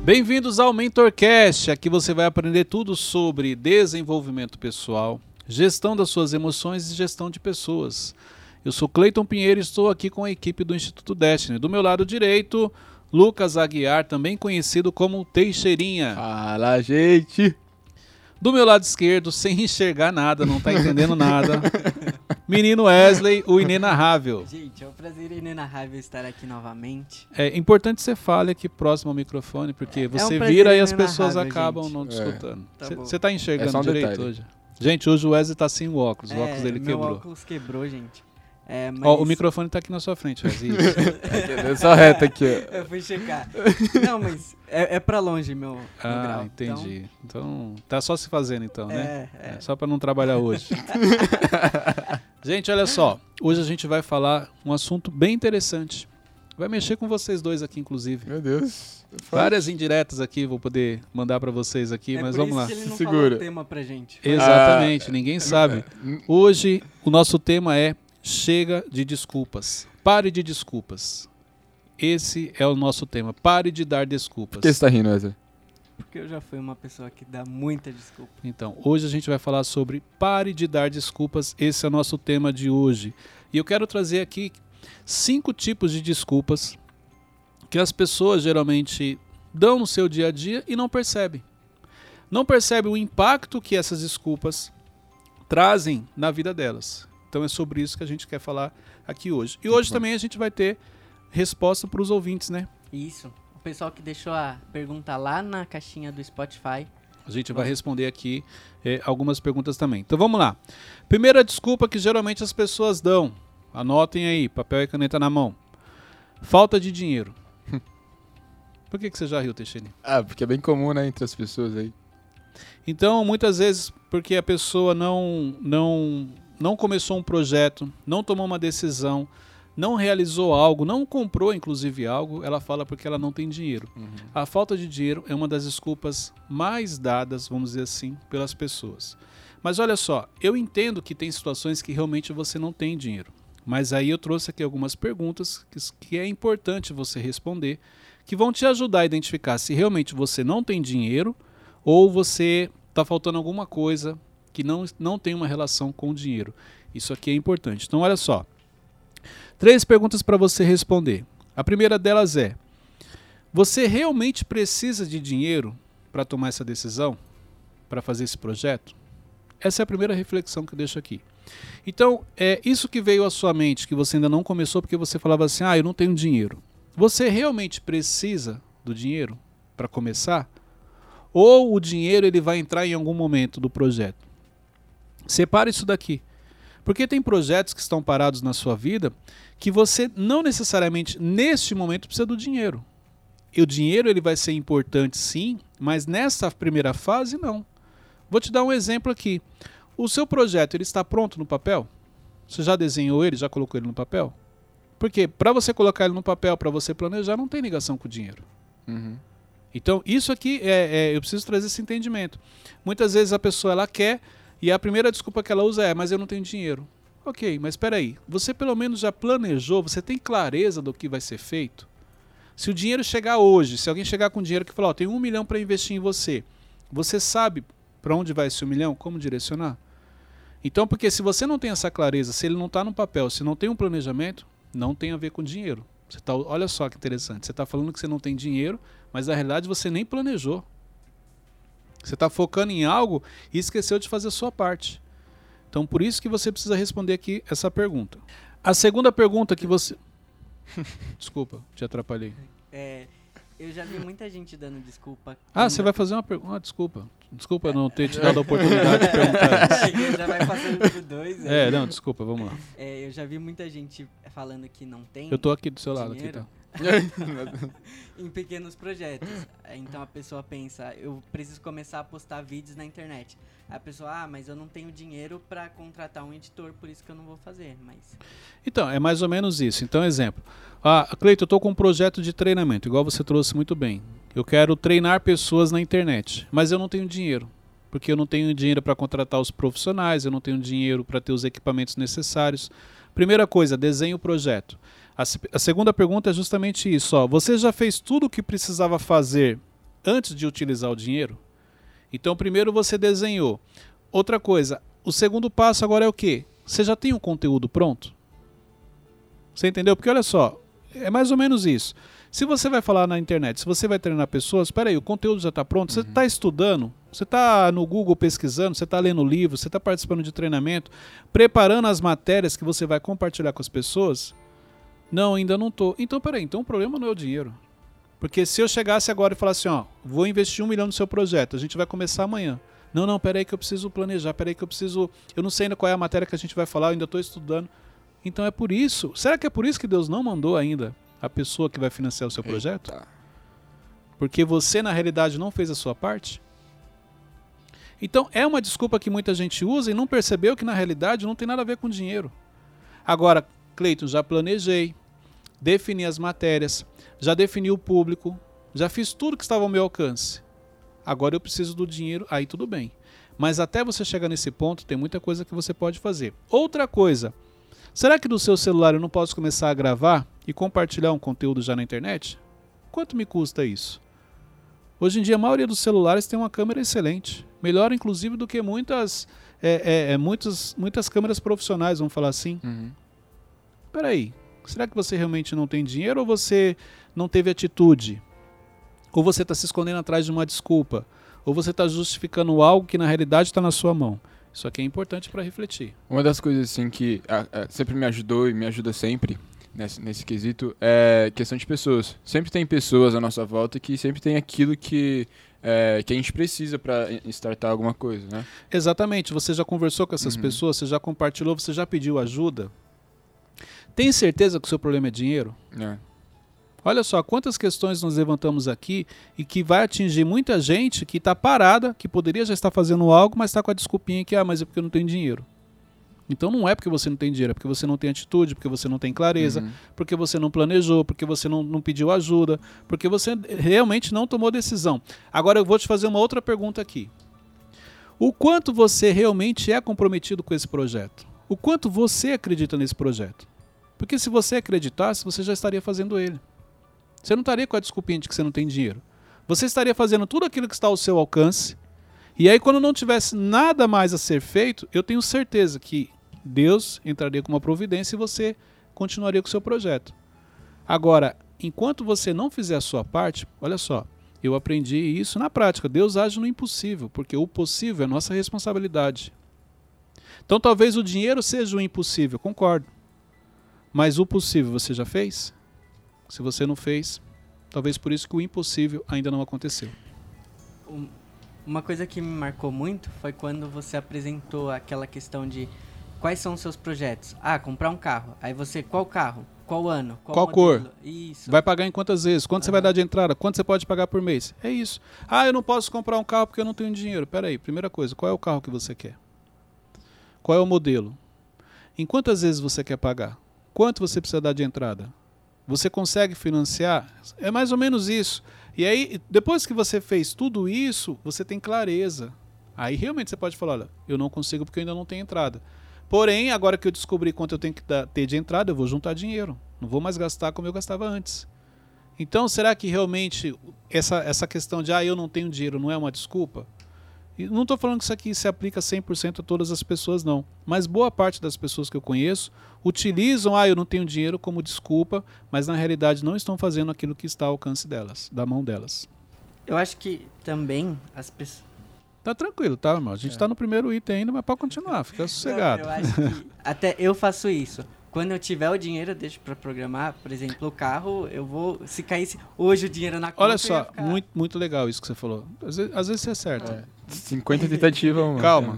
Bem-vindos ao MentorCast, aqui você vai aprender tudo sobre desenvolvimento pessoal, gestão das suas emoções e gestão de pessoas. Eu sou Cleiton Pinheiro e estou aqui com a equipe do Instituto Destiny. Do meu lado direito, Lucas Aguiar, também conhecido como Teixeirinha. Fala, gente! Do meu lado esquerdo, sem enxergar nada, não tá entendendo nada, menino Wesley, o inenarrável. Gente, é um prazer inenarrável estar aqui novamente. É importante que você fale aqui próximo ao microfone, porque você prazer vira e as pessoas inenarrável, acabam gente. não te escutando. Tá bom. Você tá enxergando direito detalhe. hoje? Gente, hoje o Wesley tá sem o óculos dele meu quebrou. óculos quebrou, gente. Mas... Ó, o microfone tá aqui na sua frente, Wesley. Isso. É só reto aqui, ó. Eu fui checar. Não, mas é pra longe meu grau. Entendi. Então, tá só se fazendo então, né? É. Só pra não trabalhar hoje. Gente, olha só. Hoje a gente vai falar um assunto bem interessante. Vai mexer com vocês dois aqui, inclusive. Meu Deus. Várias indiretas aqui, vou poder mandar pra vocês aqui, mas vamos lá. É por isso que ele não Segura. falou o tema pra gente. Exatamente, ninguém sabe. Hoje o nosso tema é chega de desculpas. Pare de desculpas. Esse é o nosso tema. Pare de dar desculpas. Por que você tá rindo, Wesley? Porque eu já fui uma pessoa que dá muita desculpa. Então, hoje a gente vai falar sobre pare de dar desculpas. Esse é o nosso tema de hoje. E eu quero trazer aqui 5 tipos de desculpas que as pessoas geralmente dão no seu dia a dia e não percebem. Não percebem o impacto que essas desculpas trazem na vida delas. Então é sobre isso que a gente quer falar aqui hoje. E hoje também a gente vai ter resposta para os ouvintes, né? Isso. O pessoal que deixou a pergunta lá na caixinha do Spotify. A gente vai responder aqui algumas perguntas também. Então vamos lá. Primeira desculpa que geralmente as pessoas dão. Anotem aí, papel e caneta na mão. Falta de dinheiro. Por que você já riu, Teixeira? Porque é bem comum, né, entre as pessoas aí. Então, muitas vezes, porque a pessoa não começou um projeto, não tomou uma decisão, não realizou algo, não comprou, inclusive, algo, ela fala porque ela não tem dinheiro. A falta de dinheiro é uma das desculpas mais dadas, vamos dizer assim, pelas pessoas. Mas olha só, eu entendo que tem situações que realmente você não tem dinheiro. Mas aí eu trouxe aqui algumas perguntas que é importante você responder, que vão te ajudar a identificar se realmente você não tem dinheiro ou você está faltando alguma coisa que não tem uma relação com o dinheiro. Isso aqui é importante. Então olha só, 3 perguntas para você responder. A primeira delas é, você realmente precisa de dinheiro para tomar essa decisão? Para fazer esse projeto? Essa é a primeira reflexão que eu deixo aqui. Então, isso que veio à sua mente, que você ainda não começou porque você falava assim, eu não tenho dinheiro. Você realmente precisa do dinheiro para começar? Ou o dinheiro ele vai entrar em algum momento do projeto? Separa isso daqui. Porque tem projetos que estão parados na sua vida que você não necessariamente neste momento precisa do dinheiro. E o dinheiro ele vai ser importante sim, mas nessa primeira fase não. Vou te dar um exemplo aqui. O seu projeto ele está pronto no papel? Você já desenhou ele, já colocou ele no papel? Porque para você colocar ele no papel, para você planejar, não tem ligação com o dinheiro. Então isso aqui, eu preciso trazer esse entendimento. Muitas vezes a pessoa ela quer e a primeira desculpa que ela usa é, mas eu não tenho dinheiro. Ok, mas espera aí, você pelo menos já planejou, você tem clareza do que vai ser feito? Se o dinheiro chegar hoje, se alguém chegar com dinheiro que falar, tem 1 milhão para investir em você, você sabe para onde vai esse 1 milhão? Como direcionar? Então, porque se você não tem essa clareza, se ele não está no papel, se não tem um planejamento, não tem a ver com dinheiro. Olha só que interessante, você está falando que você não tem dinheiro, mas na realidade você nem planejou. Você está focando em algo e esqueceu de fazer a sua parte. Então, por isso que você precisa responder aqui essa pergunta. A segunda pergunta que você... Desculpa, te atrapalhei. Eu já vi muita gente dando desculpa. Você vai fazer uma pergunta? Desculpa. Desculpa não ter te dado a oportunidade de perguntar isso. Já vai passando por 2. Não, desculpa, vamos lá. Eu já vi muita gente falando que não tem Eu tô aqui do seu lado. Aqui, dinheiro tá? em pequenos projetos. Então a pessoa pensa, eu preciso começar a postar vídeos na internet. A pessoa, mas eu não tenho dinheiro para contratar um editor, por isso que eu não vou fazer. Então, é mais ou menos isso. Então, exemplo. Cleiton, eu estou com um projeto de treinamento, igual você trouxe muito bem. Eu quero treinar pessoas na internet, mas eu não tenho dinheiro. Porque eu não tenho dinheiro para contratar os profissionais, eu não tenho dinheiro para ter os equipamentos necessários. Primeira coisa, desenhe o projeto. A segunda pergunta é justamente isso. Você já fez tudo o que precisava fazer antes de utilizar o dinheiro? Então, primeiro você desenhou. Outra coisa, o segundo passo agora é o quê? Você já tem um conteúdo pronto? Você entendeu? Porque olha só, é mais ou menos isso. Se você vai falar na internet, se você vai treinar pessoas, espera aí, o conteúdo já está pronto, você está estudando, você está no Google pesquisando, você está lendo livros, você está participando de treinamento, preparando as matérias que você vai compartilhar com as pessoas? Não, ainda não estou. Então, peraí, então o problema não é o dinheiro. Porque se eu chegasse agora e falasse, ó, vou investir 1 milhão no seu projeto, a gente vai começar amanhã. Não, peraí que eu preciso planejar, peraí que eu não sei ainda qual é a matéria que a gente vai falar, eu ainda estou estudando. Então é por isso, será que é por isso que Deus não mandou ainda a pessoa que vai financiar o seu projeto? Eita. Porque você na realidade não fez a sua parte? Então é uma desculpa que muita gente usa e não percebeu que na realidade não tem nada a ver com dinheiro. Agora, Cleiton, já planejei, defini as matérias, já defini o público, já fiz tudo que estava ao meu alcance. Agora eu preciso do dinheiro, aí tudo bem. Mas até você chegar nesse ponto, tem muita coisa que você pode fazer. Outra coisa, será que do seu celular eu não posso começar a gravar e compartilhar um conteúdo já na internet? Quanto me custa isso? Hoje em dia a maioria dos celulares tem uma câmera excelente. Melhor inclusive do que muitas câmeras profissionais, vamos falar assim. Peraí, será que você realmente não tem dinheiro ou você não teve atitude? Ou você está se escondendo atrás de uma desculpa? Ou você está justificando algo que na realidade está na sua mão? Isso aqui é importante para refletir. Uma das coisas assim que sempre me ajudou e me ajuda sempre nesse quesito é questão de pessoas. Sempre tem pessoas à nossa volta que sempre tem aquilo que a gente precisa para startar alguma coisa, né? Exatamente. Você já conversou com essas pessoas, você já compartilhou, você já pediu ajuda? Tem certeza que o seu problema é dinheiro? É. Olha só, quantas questões nós levantamos aqui e que vai atingir muita gente que está parada, que poderia já estar fazendo algo, mas está com a desculpinha que, mas é porque eu não tenho dinheiro. Então não é porque você não tem dinheiro, é porque você não tem atitude, porque você não tem clareza, porque você não planejou, porque você não pediu ajuda, porque você realmente não tomou decisão. Agora eu vou te fazer uma outra pergunta aqui. O quanto você realmente é comprometido com esse projeto? O quanto você acredita nesse projeto? Porque se você acreditasse, você já estaria fazendo ele. Você não estaria com a desculpinha de que você não tem dinheiro. Você estaria fazendo tudo aquilo que está ao seu alcance. E aí, quando não tivesse nada mais a ser feito, eu tenho certeza que Deus entraria com uma providência e você continuaria com o seu projeto. Agora, enquanto você não fizer a sua parte, olha só, eu aprendi isso na prática. Deus age no impossível, porque o possível é nossa responsabilidade. Então, talvez o dinheiro seja o impossível, concordo. Mas o possível você já fez? Se você não fez, talvez por isso que o impossível ainda não aconteceu. Uma coisa que me marcou muito foi quando você apresentou aquela questão de quais são os seus projetos. Comprar um carro. Aí você, qual carro? Qual ano? Qual modelo? cor? Isso. Vai pagar em quantas vezes? Quanto você vai dar de entrada? Quanto você pode pagar por mês? É isso. Eu não posso comprar um carro porque eu não tenho dinheiro. Peraí, primeira coisa, qual é o carro que você quer? Qual é o modelo? Em quantas vezes você quer pagar? Quanto você precisa dar de entrada? Você consegue financiar? É mais ou menos isso. E aí, depois que você fez tudo isso, você tem clareza. Aí realmente você pode falar, olha, eu não consigo porque eu ainda não tenho entrada. Porém, agora que eu descobri quanto eu tenho que ter de entrada, eu vou juntar dinheiro. Não vou mais gastar como eu gastava antes. Então, será que realmente essa questão de eu não tenho dinheiro não é uma desculpa? E não estou falando que isso aqui se aplica 100% a todas as pessoas, não. Mas boa parte das pessoas que eu conheço utilizam, eu não tenho dinheiro como desculpa, mas na realidade não estão fazendo aquilo que está ao alcance delas, da mão delas. Eu acho que também as pessoas... Tá tranquilo, tá, irmão? A gente tá no primeiro item ainda, mas pode continuar, fica sossegado. Eu acho que até eu faço isso. Quando eu tiver o dinheiro, eu deixo para programar, por exemplo, o carro, eu vou, se caísse hoje o dinheiro na conta... Olha só, muito legal isso que você falou. Às vezes você acerta. 50 tentativas, mano. Calma.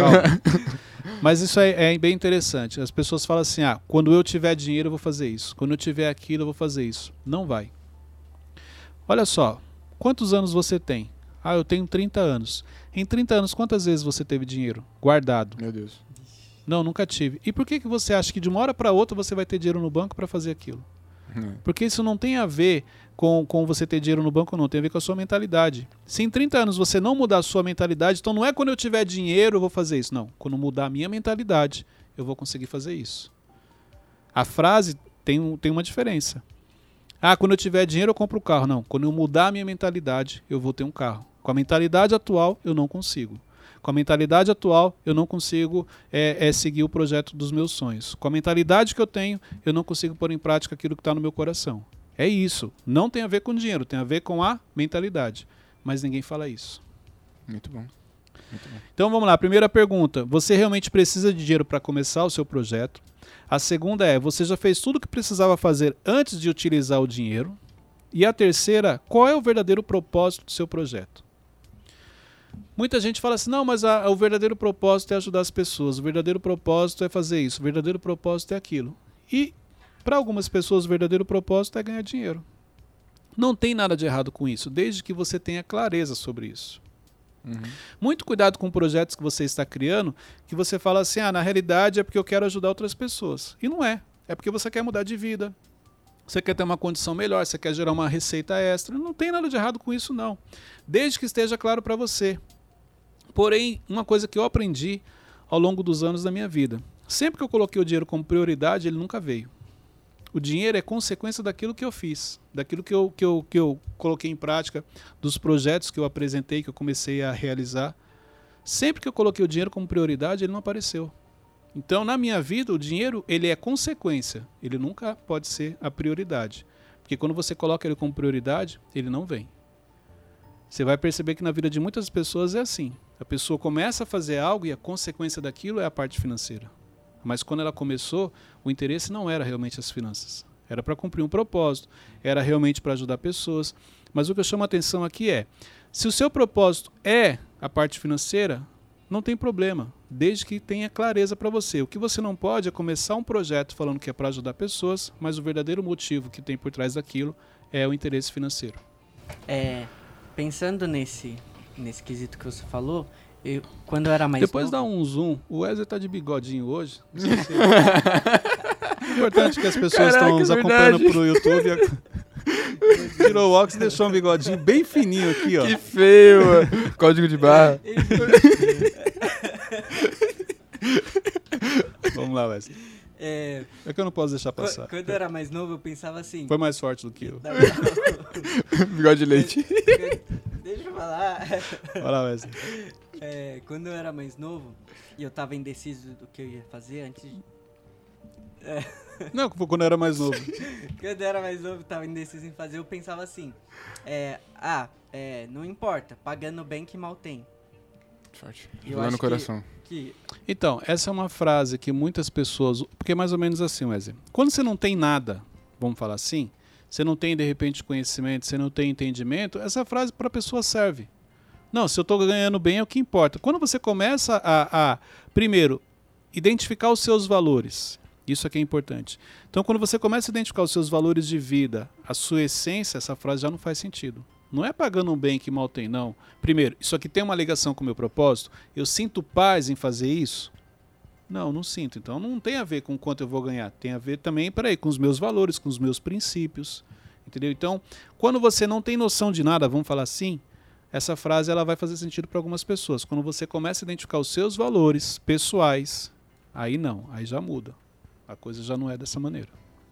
Mas isso é bem interessante. As pessoas falam assim, quando eu tiver dinheiro eu vou fazer isso. Quando eu tiver aquilo eu vou fazer isso. Não vai. Olha só, quantos anos você tem? Eu tenho 30 anos. Em 30 anos, quantas vezes você teve dinheiro guardado? Meu Deus. Não, nunca tive. E por que você acha que de uma hora para outra você vai ter dinheiro no banco para fazer aquilo? Porque isso não tem a ver com você ter dinheiro no banco ou não, tem a ver com a sua mentalidade. Se em 30 anos você não mudar a sua mentalidade, então não é quando eu tiver dinheiro eu vou fazer isso. Não, quando mudar a minha mentalidade, eu vou conseguir fazer isso. A frase tem uma diferença. Ah, quando eu tiver dinheiro eu compro o carro. Não, quando eu mudar a minha mentalidade, eu vou ter um carro. Com a mentalidade atual, eu não consigo. Com a mentalidade atual, eu não consigo seguir o projeto dos meus sonhos. Com a mentalidade que eu tenho, eu não consigo pôr em prática aquilo que está no meu coração. É isso. Não tem a ver com dinheiro, tem a ver com a mentalidade. Mas ninguém fala isso. Muito bom. Muito bom. Então vamos lá, primeira pergunta. Você realmente precisa de dinheiro para começar o seu projeto? A segunda é, você já fez tudo o que precisava fazer antes de utilizar o dinheiro? E a terceira, qual é o verdadeiro propósito do seu projeto? Muita gente fala assim, não, mas o verdadeiro propósito é ajudar as pessoas, o verdadeiro propósito é fazer isso, o verdadeiro propósito é aquilo. E para algumas pessoas o verdadeiro propósito é ganhar dinheiro. Não tem nada de errado com isso, desde que você tenha clareza sobre isso. Muito cuidado com projetos que você está criando, que você fala assim, na realidade é porque eu quero ajudar outras pessoas. E não é. É porque você quer mudar de vida. Você quer ter uma condição melhor, você quer gerar uma receita extra. Não tem nada de errado com isso, não. Desde que esteja claro para você. Porém, uma coisa que eu aprendi ao longo dos anos da minha vida. Sempre que eu coloquei o dinheiro como prioridade, ele nunca veio. O dinheiro é consequência daquilo que eu fiz, daquilo que eu coloquei em prática, dos projetos que eu apresentei, que eu comecei a realizar. Sempre que eu coloquei o dinheiro como prioridade, ele não apareceu. Então, na minha vida, o dinheiro ele é consequência, ele nunca pode ser a prioridade. Porque quando você coloca ele como prioridade, ele não vem. Você vai perceber que na vida de muitas pessoas é assim. A pessoa começa a fazer algo e a consequência daquilo é a parte financeira. Mas quando ela começou, o interesse não era realmente as finanças. Era para cumprir um propósito, era realmente para ajudar pessoas. Mas o que eu chamo a atenção aqui é, se o seu propósito é a parte financeira, não tem problema, desde que tenha clareza para você. O que você não pode é começar um projeto falando que é para ajudar pessoas, mas o verdadeiro motivo que tem por trás daquilo é o interesse financeiro. Pensando nesse quesito que você falou, quando eu era mais Depois novo... dá um zoom. O Wesley tá de bigodinho hoje. Não sei se... É importante que as pessoas estão nos acompanhando pro YouTube. Tirou o óculos e deixou um bigodinho bem fininho aqui, ó. Que feio, mano. Código de barra. Vamos lá, Wesley. É que eu não posso deixar passar. Quando eu era mais novo, eu pensava assim... Foi mais forte do que eu. Bigode de leite. Deixa eu falar. Olha lá, Wesley. Quando eu era mais novo e eu tava indeciso do que eu ia fazer antes de... Não, quando eu era mais novo. Quando eu era mais novo, tava indeciso em fazer, eu pensava assim, não importa, pagando bem que mal tem. Forte. Eu Lá acho no coração. Então, essa é uma frase que muitas pessoas... Porque é mais ou menos assim, Wesley. Quando você não tem nada, vamos falar assim, você não tem, de repente, conhecimento, você não tem entendimento, essa frase para a pessoa serve. Não, se eu estou ganhando bem é o que importa. Quando você começa primeiro, identificar os seus valores, isso aqui é importante. Então, quando você começa a identificar os seus valores de vida, a sua essência, essa frase já não faz sentido. Não é pagando um bem que mal tem, não. Primeiro, isso aqui tem uma ligação com o meu propósito? Eu sinto paz em fazer isso? Não, não sinto. Então, não tem a ver com quanto eu vou ganhar. Tem a ver também, com os meus valores, com os meus princípios. Entendeu? Então, quando você não tem noção de nada, vamos falar assim, essa frase ela vai fazer sentido para algumas pessoas. Quando você começa a identificar os seus valores pessoais, aí não, aí já muda. A coisa já não é dessa maneira.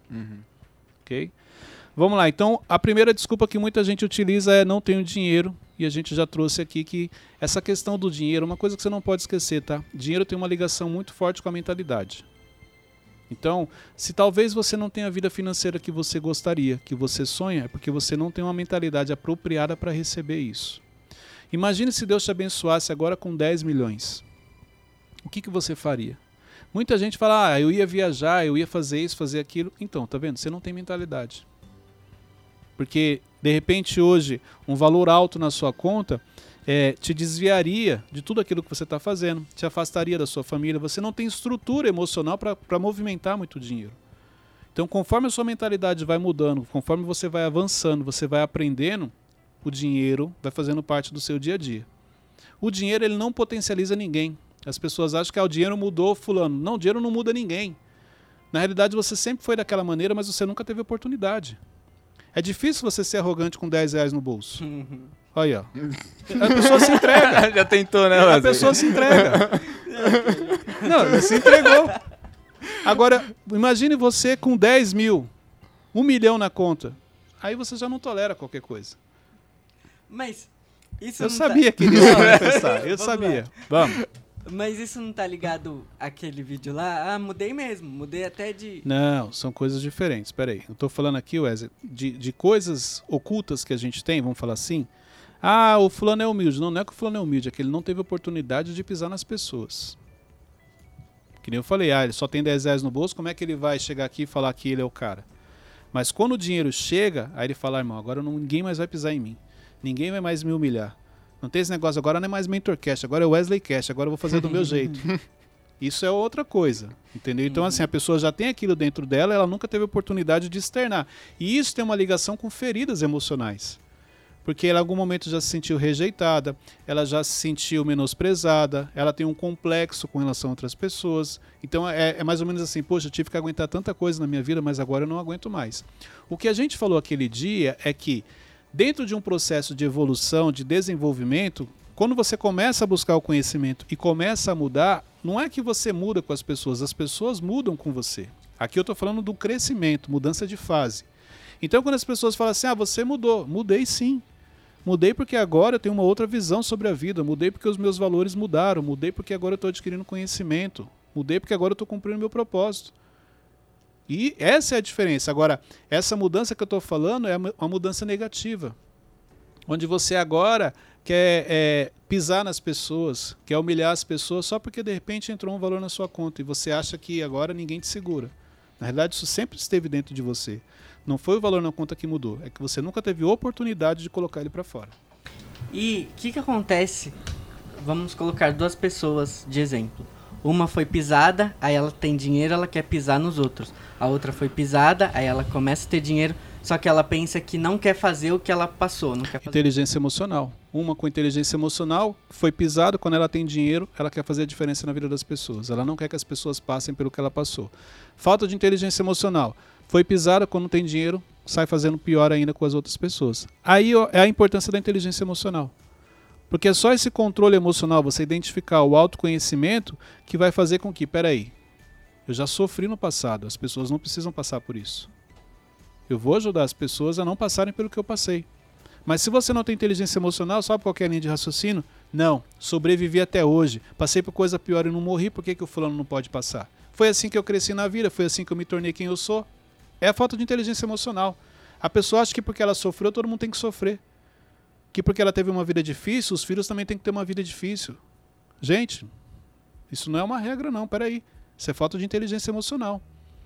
Ok? Vamos lá, então a primeira desculpa que muita gente utiliza é não tenho dinheiro, e a gente já trouxe aqui que essa questão do dinheiro é uma coisa que você não pode esquecer, tá? Dinheiro tem uma ligação muito forte com a mentalidade. Então, se talvez você não tenha a vida financeira que você gostaria, que você sonha, é porque você não tem uma mentalidade apropriada para receber isso. Imagine se Deus te abençoasse agora com 10 milhões. O que você faria? Muita gente fala, eu ia viajar, eu ia fazer isso, fazer aquilo. Então, tá vendo? Você não tem mentalidade. Porque, de repente, hoje, um valor alto na sua conta te desviaria de tudo aquilo que você está fazendo, te afastaria da sua família. Você não tem estrutura emocional para movimentar muito dinheiro. Então, conforme a sua mentalidade vai mudando, conforme você vai avançando, você vai aprendendo, o dinheiro vai fazendo parte do seu dia a dia. O dinheiro ele não potencializa ninguém. As pessoas acham que o dinheiro mudou fulano. Não, o dinheiro não muda ninguém. Na realidade, você sempre foi daquela maneira, mas você nunca teve oportunidade. É difícil você ser arrogante com 10 reais no bolso. Olha, ó. A pessoa se entrega. Já tentou, né, A pessoa se entrega. Não, ele se entregou. Agora, imagine você com 10 mil, 1 milhão na conta. aí você já não tolera qualquer coisa. Mas isso Eu não sabia que ele ia manifestar, eu sabia. Vamos. Mas isso não tá ligado àquele vídeo lá? Ah, mudei mesmo, mudei até de... Não, são coisas diferentes. Peraí, eu tô falando aqui, Wesley, de coisas ocultas que a gente tem, vamos falar assim. Ah, o fulano é humilde. Não, não é que o fulano é humilde, é que ele não teve oportunidade de pisar nas pessoas. Que nem eu falei, ele só tem 10 reais no bolso, como é que ele vai chegar aqui e falar que ele é o cara? Mas quando o dinheiro chega, aí ele fala, irmão, agora ninguém mais vai pisar em mim. Ninguém vai mais me humilhar. Não tem esse negócio, agora não é mais MentorCast, agora é Wesley Cast, agora eu vou fazer do meu jeito. Isso é outra coisa, entendeu? Então, assim, a pessoa já tem aquilo dentro dela, ela nunca teve oportunidade de externar. E isso tem uma ligação com feridas emocionais. Porque ela em algum momento já se sentiu rejeitada, ela já se sentiu menosprezada, ela tem um complexo com relação a outras pessoas. Então é mais ou menos assim, poxa, eu tive que aguentar tanta coisa na minha vida, mas agora eu não aguento mais. O que a gente falou aquele dia é que dentro de um processo de evolução, de desenvolvimento, quando você começa a buscar o conhecimento e começa a mudar, não é que você muda com as pessoas mudam com você. Aqui eu estou falando do crescimento, mudança de fase. Então quando as pessoas falam assim, você mudou, mudei sim. Mudei porque agora eu tenho uma outra visão sobre a vida, mudei porque os meus valores mudaram, mudei porque agora eu estou adquirindo conhecimento, mudei porque agora eu estou cumprindo meu propósito. E essa é a diferença. Agora, essa mudança que eu estou falando é uma mudança negativa, onde você agora quer pisar nas pessoas, quer humilhar as pessoas só porque de repente entrou um valor na sua conta e você acha que agora ninguém te segura. Na realidade, isso sempre esteve dentro de você. Não foi o valor na conta que mudou, é que você nunca teve oportunidade de colocar ele para fora. E o que acontece? Vamos colocar duas pessoas de exemplo. Uma foi pisada, aí ela tem dinheiro, ela quer pisar nos outros. A outra foi pisada, aí ela começa a ter dinheiro, só que ela pensa que não quer fazer o que ela passou. Não quer fazer. Inteligência emocional. Uma com inteligência emocional foi pisada, quando ela tem dinheiro, ela quer fazer a diferença na vida das pessoas. Ela não quer que as pessoas passem pelo que ela passou. Falta de inteligência emocional. Foi pisada, quando tem dinheiro, sai fazendo pior ainda com as outras pessoas. Aí é a importância da inteligência emocional. Porque é só esse controle emocional, você identificar o autoconhecimento, que vai fazer com que, peraí, eu já sofri no passado, as pessoas não precisam passar por isso. Eu vou ajudar as pessoas a não passarem pelo que eu passei. Mas se você não tem inteligência emocional, sabe qual que é a linha de raciocínio? Não, sobrevivi até hoje, passei por coisa pior e não morri, por que o fulano não pode passar? Foi assim que eu cresci na vida, foi assim que eu me tornei quem eu sou. É a falta de inteligência emocional. A pessoa acha que porque ela sofreu, todo mundo tem que sofrer. Que porque ela teve uma vida difícil, os filhos também têm que ter uma vida difícil. Gente, isso não é uma regra não, peraí. Isso é falta de inteligência emocional.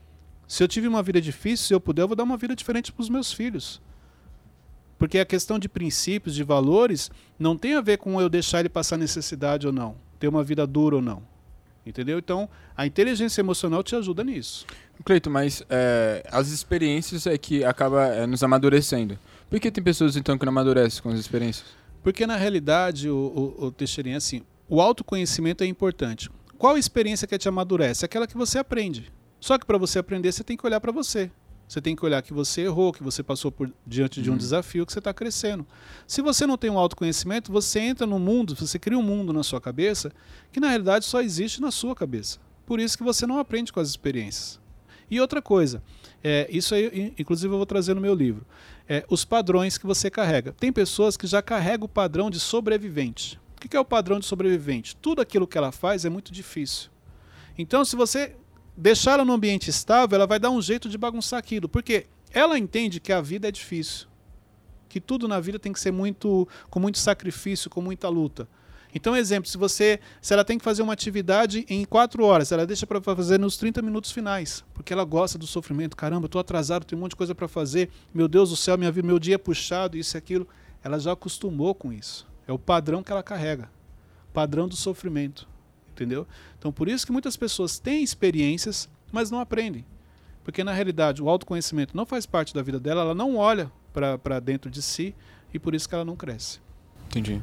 Se eu tive uma vida difícil, se eu puder, eu vou dar uma vida diferente para os meus filhos. Porque a questão de princípios, de valores, não tem a ver com eu deixar ele passar necessidade ou não, ter uma vida dura ou não. Entendeu? Então, a inteligência emocional te ajuda nisso. Cleiton, mas as experiências é que acaba nos amadurecendo. Por que tem pessoas, então, que não amadurecem com as experiências? Porque, na realidade, o Teixeirinha, assim, o autoconhecimento é importante. Qual experiência que te amadurece? Aquela que você aprende. Só que para você aprender, você tem que olhar para você. Você tem que olhar que você errou, que você passou diante de um desafio, que você está crescendo. Se você não tem um autoconhecimento, você entra no mundo, você cria um mundo na sua cabeça que na realidade só existe na sua cabeça. Por isso que você não aprende com as experiências. E outra coisa, isso aí, inclusive eu vou trazer no meu livro, os padrões que você carrega. Tem pessoas que já carregam o padrão de sobrevivente. O que é o padrão de sobrevivente? Tudo aquilo que ela faz é muito difícil. Então, se você deixar ela num ambiente estável, ela vai dar um jeito de bagunçar aquilo, porque ela entende que a vida é difícil, que tudo na vida tem que ser com muito sacrifício, com muita luta. Então, exemplo, se ela tem que fazer uma atividade em 4 horas, ela deixa para fazer nos 30 minutos finais, porque ela gosta do sofrimento. Caramba, eu estou atrasado, tenho um monte de coisa para fazer, meu Deus do céu, meu dia é puxado, isso e aquilo. Ela já acostumou com isso. É o padrão que ela carrega, padrão do sofrimento. Entendeu? Então, por isso que muitas pessoas têm experiências, mas não aprendem. Porque, na realidade, o autoconhecimento não faz parte da vida dela, ela não olha para dentro de si e por isso que ela não cresce. Entendi.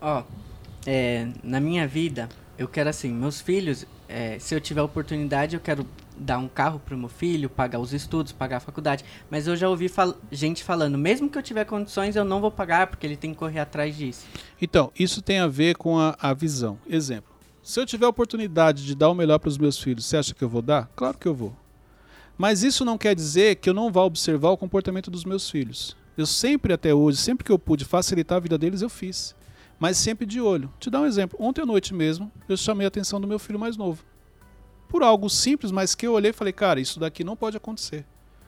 Na minha vida, eu quero assim, meus filhos, se eu tiver oportunidade, eu quero dar um carro pro meu filho, pagar os estudos, pagar a faculdade. Mas eu já ouvi gente falando, mesmo que eu tiver condições, eu não vou pagar, porque ele tem que correr atrás disso. Então, isso tem a ver com a visão. Exemplo. Se eu tiver a oportunidade de dar o melhor para os meus filhos, você acha que eu vou dar? Claro que eu vou. Mas isso não quer dizer que eu não vá observar o comportamento dos meus filhos. Eu sempre, até hoje, sempre que eu pude facilitar a vida deles, eu fiz. Mas sempre de olho. Te dar um exemplo. Ontem à noite mesmo, eu chamei a atenção do meu filho mais novo. Por algo simples, mas que eu olhei e falei, cara, isso daqui não pode acontecer.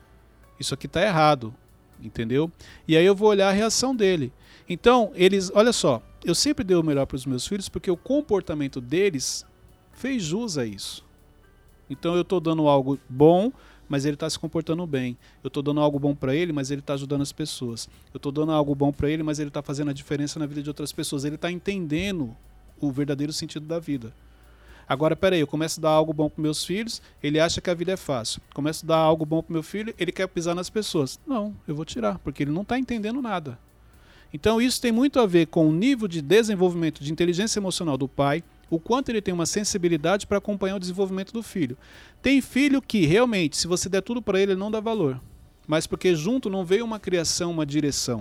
Isso aqui está errado. Entendeu? E aí eu vou olhar a reação dele. Então, eles, olha só, eu sempre dei o melhor para os meus filhos porque o comportamento deles fez jus a isso. Então eu estou dando algo bom, mas ele está se comportando bem. Eu estou dando algo bom para ele, mas ele está ajudando as pessoas. Eu estou dando algo bom para ele, mas ele está fazendo a diferença na vida de outras pessoas. Ele está entendendo o verdadeiro sentido da vida. Agora, peraí, eu começo a dar algo bom para meus filhos, ele acha que a vida é fácil. Começo a dar algo bom para meu filho, ele quer pisar nas pessoas. Não, eu vou tirar, porque ele não está entendendo nada. Então isso tem muito a ver com o nível de desenvolvimento de inteligência emocional do pai, o quanto ele tem uma sensibilidade para acompanhar o desenvolvimento do filho. Tem filho que realmente, se você der tudo para ele, ele não dá valor. Mas porque junto não veio uma criação, uma direção.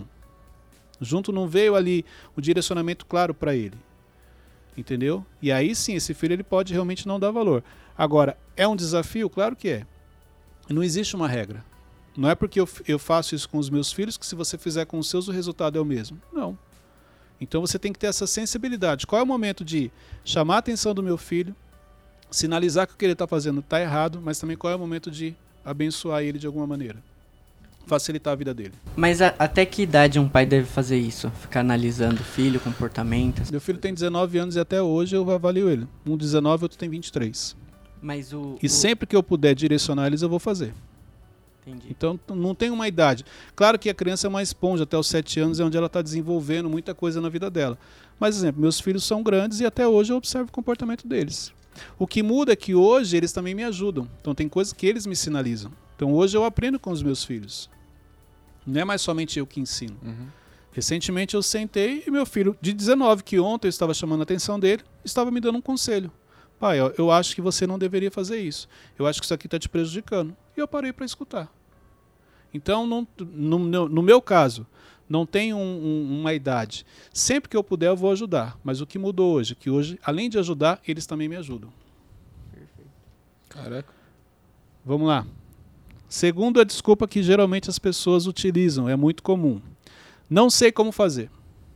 Junto não veio ali o direcionamento claro para ele. Entendeu? E aí sim, esse filho ele pode realmente não dar valor. Agora, é um desafio? Claro que é. Não existe uma regra. Não é porque eu faço isso com os meus filhos que se você fizer com os seus o resultado é o mesmo. Não. Então você tem que ter essa sensibilidade. Qual é o momento de chamar a atenção do meu filho, sinalizar que o que ele está fazendo está errado, mas também qual é o momento de abençoar ele de alguma maneira. Facilitar a vida dele. Mas até que idade um pai deve fazer isso? Ficar analisando o filho, comportamento? Meu filho tem 19 anos e até hoje eu avalio ele. Um 19, outro tem 23. Mas sempre que eu puder direcionar eles, eu vou fazer. Entendi. Então não tem uma idade. Claro que a criança é uma esponja, até os 7 anos é onde ela está desenvolvendo muita coisa na vida dela. Mas, exemplo, meus filhos são grandes e até hoje eu observo o comportamento deles. O que muda é que hoje eles também me ajudam. Então tem coisas que eles me sinalizam. Então hoje eu aprendo com os meus filhos. Não é mais somente eu que ensino. Uhum. Recentemente eu sentei e meu filho de 19, que ontem eu estava chamando a atenção dele, estava me dando um conselho. Pai, eu acho que você não deveria fazer isso. Eu acho que isso aqui está te prejudicando. E eu parei para escutar. Então, no meu caso, não tem uma idade. Sempre que eu puder, eu vou ajudar. Mas o que mudou hoje? Que hoje, além de ajudar, eles também me ajudam. Perfeito. Caraca. Vamos lá. Segundo a desculpa que geralmente as pessoas utilizam, é muito comum. Não sei como fazer.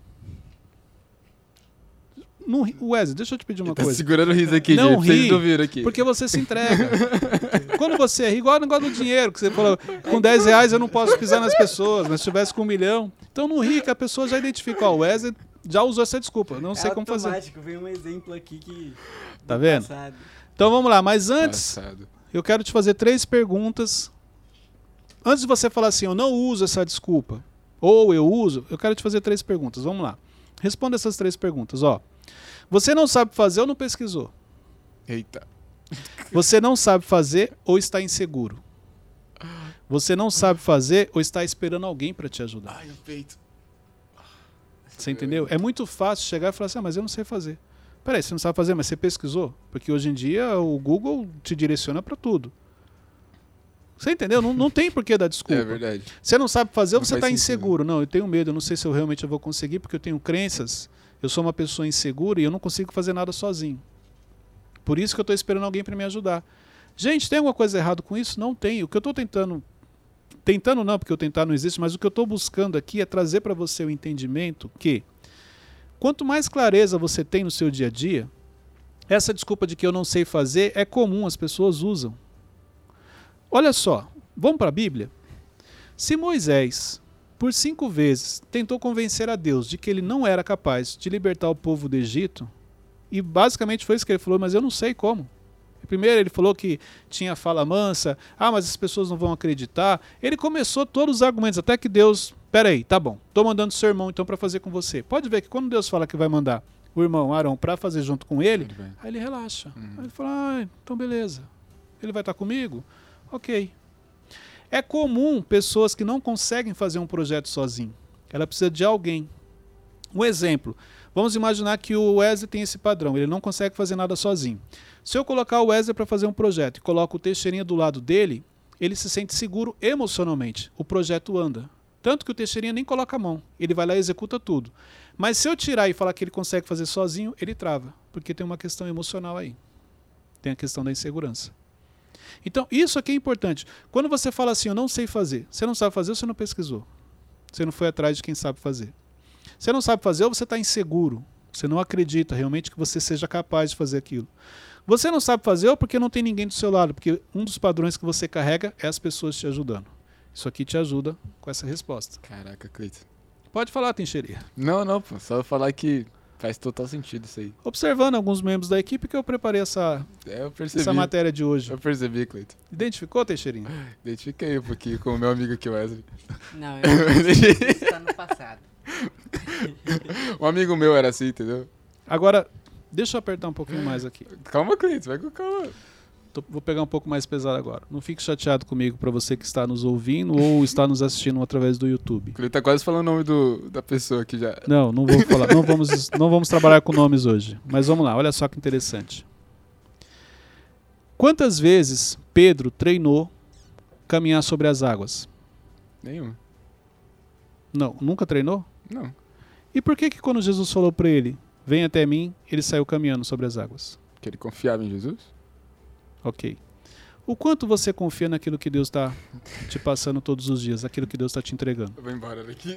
Wesley, deixa eu te pedir uma coisa. Tá segurando o riso aqui, não gente. Vocês ri, não viram aqui. Porque você se entrega. Quando você ri, igual o negócio do dinheiro, que você falou, com 10 reais eu não posso pisar nas pessoas, mas se tivesse com 1 milhão. Então não ri, que a pessoa já identifica. Ó, o Wesley já usou essa desculpa, não sei como fazer. Automático, veio um exemplo aqui que... Tá vendo? Então vamos lá, mas antes, Passado. eu quero te fazer 3 perguntas. Antes de você falar assim, eu não uso essa desculpa, ou eu uso, eu quero te fazer 3 perguntas. Vamos lá. Responda essas 3 perguntas, ó. Você não sabe fazer ou não pesquisou? Eita. Você não sabe fazer ou está inseguro? Você não sabe fazer ou está esperando alguém para te ajudar? Ai, o peito. Você entendeu? É muito fácil chegar e falar assim, mas eu não sei fazer. Peraí, você não sabe fazer, mas você pesquisou? Porque hoje em dia o Google te direciona para tudo. Você entendeu? Não tem por que dar desculpa. É verdade. Você não sabe fazer ou Não você faz está sentido. inseguro? Não, eu tenho medo, eu não sei se eu realmente vou conseguir, porque eu tenho crenças, eu sou uma pessoa insegura e eu não consigo fazer nada sozinho. Por isso que eu estou esperando alguém para me ajudar. Gente, tem alguma coisa errada com isso? Não tem. O que eu estou tentando não, porque o tentar não existe, mas o que eu estou buscando aqui é trazer para você o entendimento que quanto mais clareza você tem no seu dia a dia, essa desculpa de que eu não sei fazer é comum, as pessoas usam. Olha só, vamos para a Bíblia? Se Moisés, por 5 vezes, tentou convencer a Deus de que ele não era capaz de libertar o povo do Egito, e basicamente foi isso que ele falou, mas eu não sei como. Primeiro ele falou que tinha fala mansa, mas as pessoas não vão acreditar. Ele começou todos os argumentos, até que Deus, peraí, tá bom, estou mandando seu irmão então para fazer com você. Pode ver que quando Deus fala que vai mandar o irmão Arão para fazer junto com ele, aí ele relaxa. Aí ele fala, então beleza, ele vai estar comigo? Ok. É comum pessoas que não conseguem fazer um projeto sozinho. Ela precisa de alguém. Um exemplo. Vamos imaginar que o Wesley tem esse padrão. Ele não consegue fazer nada sozinho. Se eu colocar o Wesley para fazer um projeto e coloco o Teixeirinha do lado dele, ele se sente seguro emocionalmente. O projeto anda. Tanto que o Teixeirinha nem coloca a mão. Ele vai lá e executa tudo. Mas se eu tirar e falar que ele consegue fazer sozinho, ele trava. Porque tem uma questão emocional aí. Tem a questão da insegurança. Então, isso aqui é importante. Quando você fala assim, eu não sei fazer, você não sabe fazer ou você não pesquisou? Você não foi atrás de quem sabe fazer. Você não sabe fazer ou você está inseguro. Você não acredita realmente que você seja capaz de fazer aquilo. Você não sabe fazer ou porque não tem ninguém do seu lado, porque um dos padrões que você carrega é as pessoas te ajudando. Isso aqui te ajuda com essa resposta. Caraca, Cleiton. Pode falar, Teixeirinha. Não, pô. Só falar que faz total sentido isso aí. Observando alguns membros da equipe que eu preparei essa matéria de hoje. Eu percebi, Cleiton. Identificou, Teixeirinha? Identifiquei um pouquinho com o meu amigo aqui, Wesley. Não, eu isso tá no passado. Um amigo meu era assim, entendeu? Agora, deixa eu apertar um pouquinho mais aqui. Calma, Cleiton, vai com calma. Vou pegar um pouco mais pesado agora. Não fique chateado comigo para você que está nos ouvindo ou está nos assistindo através do YouTube. O Cleiton tá quase falando o nome da pessoa aqui já. Não vou falar. Não vamos trabalhar com nomes hoje. Mas vamos lá, olha só que interessante. Quantas vezes Pedro treinou caminhar sobre as águas? Nenhum. Não, nunca treinou? Não. E por que quando Jesus falou para ele, vem até mim, ele saiu caminhando sobre as águas? Porque ele confiava em Jesus? Ok. O quanto você confia naquilo que Deus está te passando todos os dias, aquilo que Deus está te entregando? Eu vou embora daqui.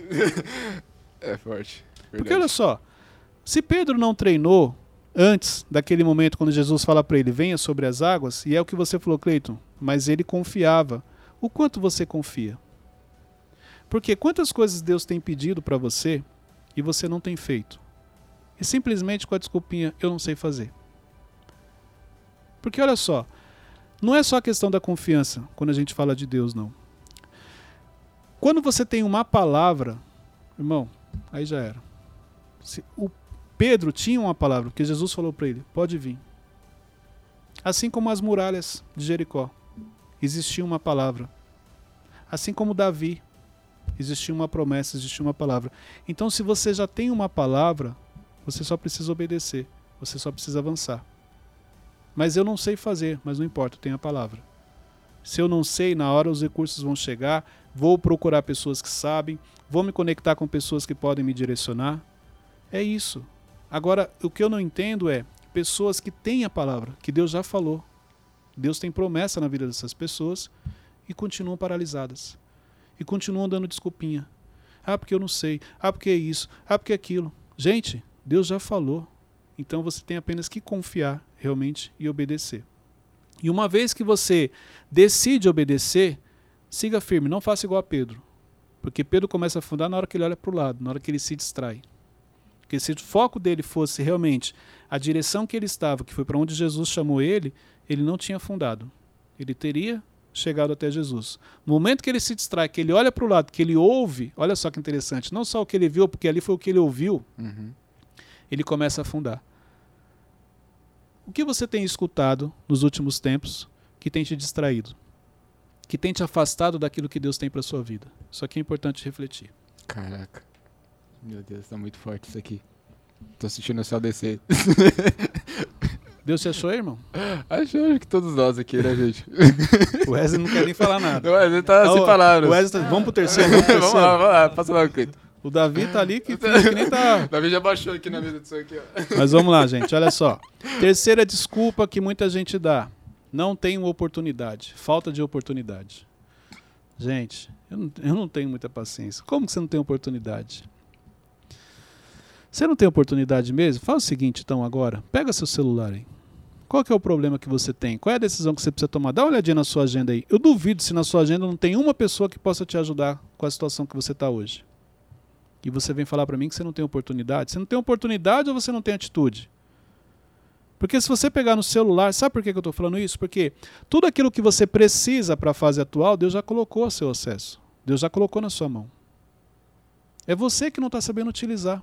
É forte. Verdade. Porque olha só, se Pedro não treinou antes daquele momento quando Jesus fala para ele, venha sobre as águas, e é o que você falou, Cleiton, mas ele confiava. O quanto você confia? Porque quantas coisas Deus tem pedido para você e você não tem feito? E simplesmente com a desculpinha, eu não sei fazer. Porque olha só, não é só a questão da confiança quando a gente fala de Deus, não. Quando você tem uma palavra, irmão, aí já era. O Pedro tinha uma palavra, porque Jesus falou para ele, pode vir. Assim como as muralhas de Jericó, existia uma palavra. Assim como Davi, existia uma promessa, existia uma palavra. Então se você já tem uma palavra, você só precisa obedecer, você só precisa avançar. Mas eu não sei fazer, mas não importa, eu tenho a palavra. Se eu não sei, na hora os recursos vão chegar, vou procurar pessoas que sabem, vou me conectar com pessoas que podem me direcionar. É isso. Agora, o que eu não entendo é pessoas que têm a palavra, que Deus já falou. Deus tem promessa na vida dessas pessoas e continuam paralisadas. E continuam dando desculpinha. Ah, porque eu não sei. Ah, porque é isso. Ah, porque é aquilo. Gente, Deus já falou. Então você tem apenas que confiar realmente e obedecer. E uma vez que você decide obedecer, siga firme, não faça igual a Pedro. Porque Pedro começa a afundar na hora que ele olha para o lado, na hora que ele se distrai. Porque se o foco dele fosse realmente a direção que ele estava, que foi para onde Jesus chamou ele não tinha afundado. Ele teria chegado até Jesus. No momento que ele se distrai, que ele olha para o lado, que ele ouve, olha só que interessante, não só o que ele viu, porque ali foi o que ele ouviu, ele começa a afundar. O que você tem escutado nos últimos tempos que tem te distraído? Que tem te afastado daquilo que Deus tem para a sua vida? Isso aqui é importante refletir. Caraca. Meu Deus, tá muito forte isso aqui. Tô sentindo o céu descer. Deus te achou aí, irmão? Acho que todos nós aqui, né, gente? O Wesley não quer nem falar nada. O Wesley tá sem palavras. O Wesley tá... Vamos pro terceiro. Vamos lá, passa lá, Cleiton. O Davi tá ali que nem tá... O Davi já baixou aqui na mesa disso aqui, ó. Mas vamos lá, gente, olha só. Terceira desculpa que muita gente dá. Não tenho oportunidade. Falta de oportunidade. Gente, eu não tenho muita paciência. Como que você não tem oportunidade? Você não tem oportunidade mesmo? Faz o seguinte, então, agora. Pega seu celular aí. Qual que é o problema que você tem? Qual é a decisão que você precisa tomar? Dá uma olhadinha na sua agenda aí. Eu duvido se na sua agenda não tem uma pessoa que possa te ajudar com a situação que você está hoje. E você vem falar para mim que você não tem oportunidade. Você não tem oportunidade ou você não tem atitude? Porque se você pegar no celular, sabe por que eu estou falando isso? Porque tudo aquilo que você precisa para a fase atual, Deus já colocou a seu acesso. Deus já colocou na sua mão. É você que não está sabendo utilizar.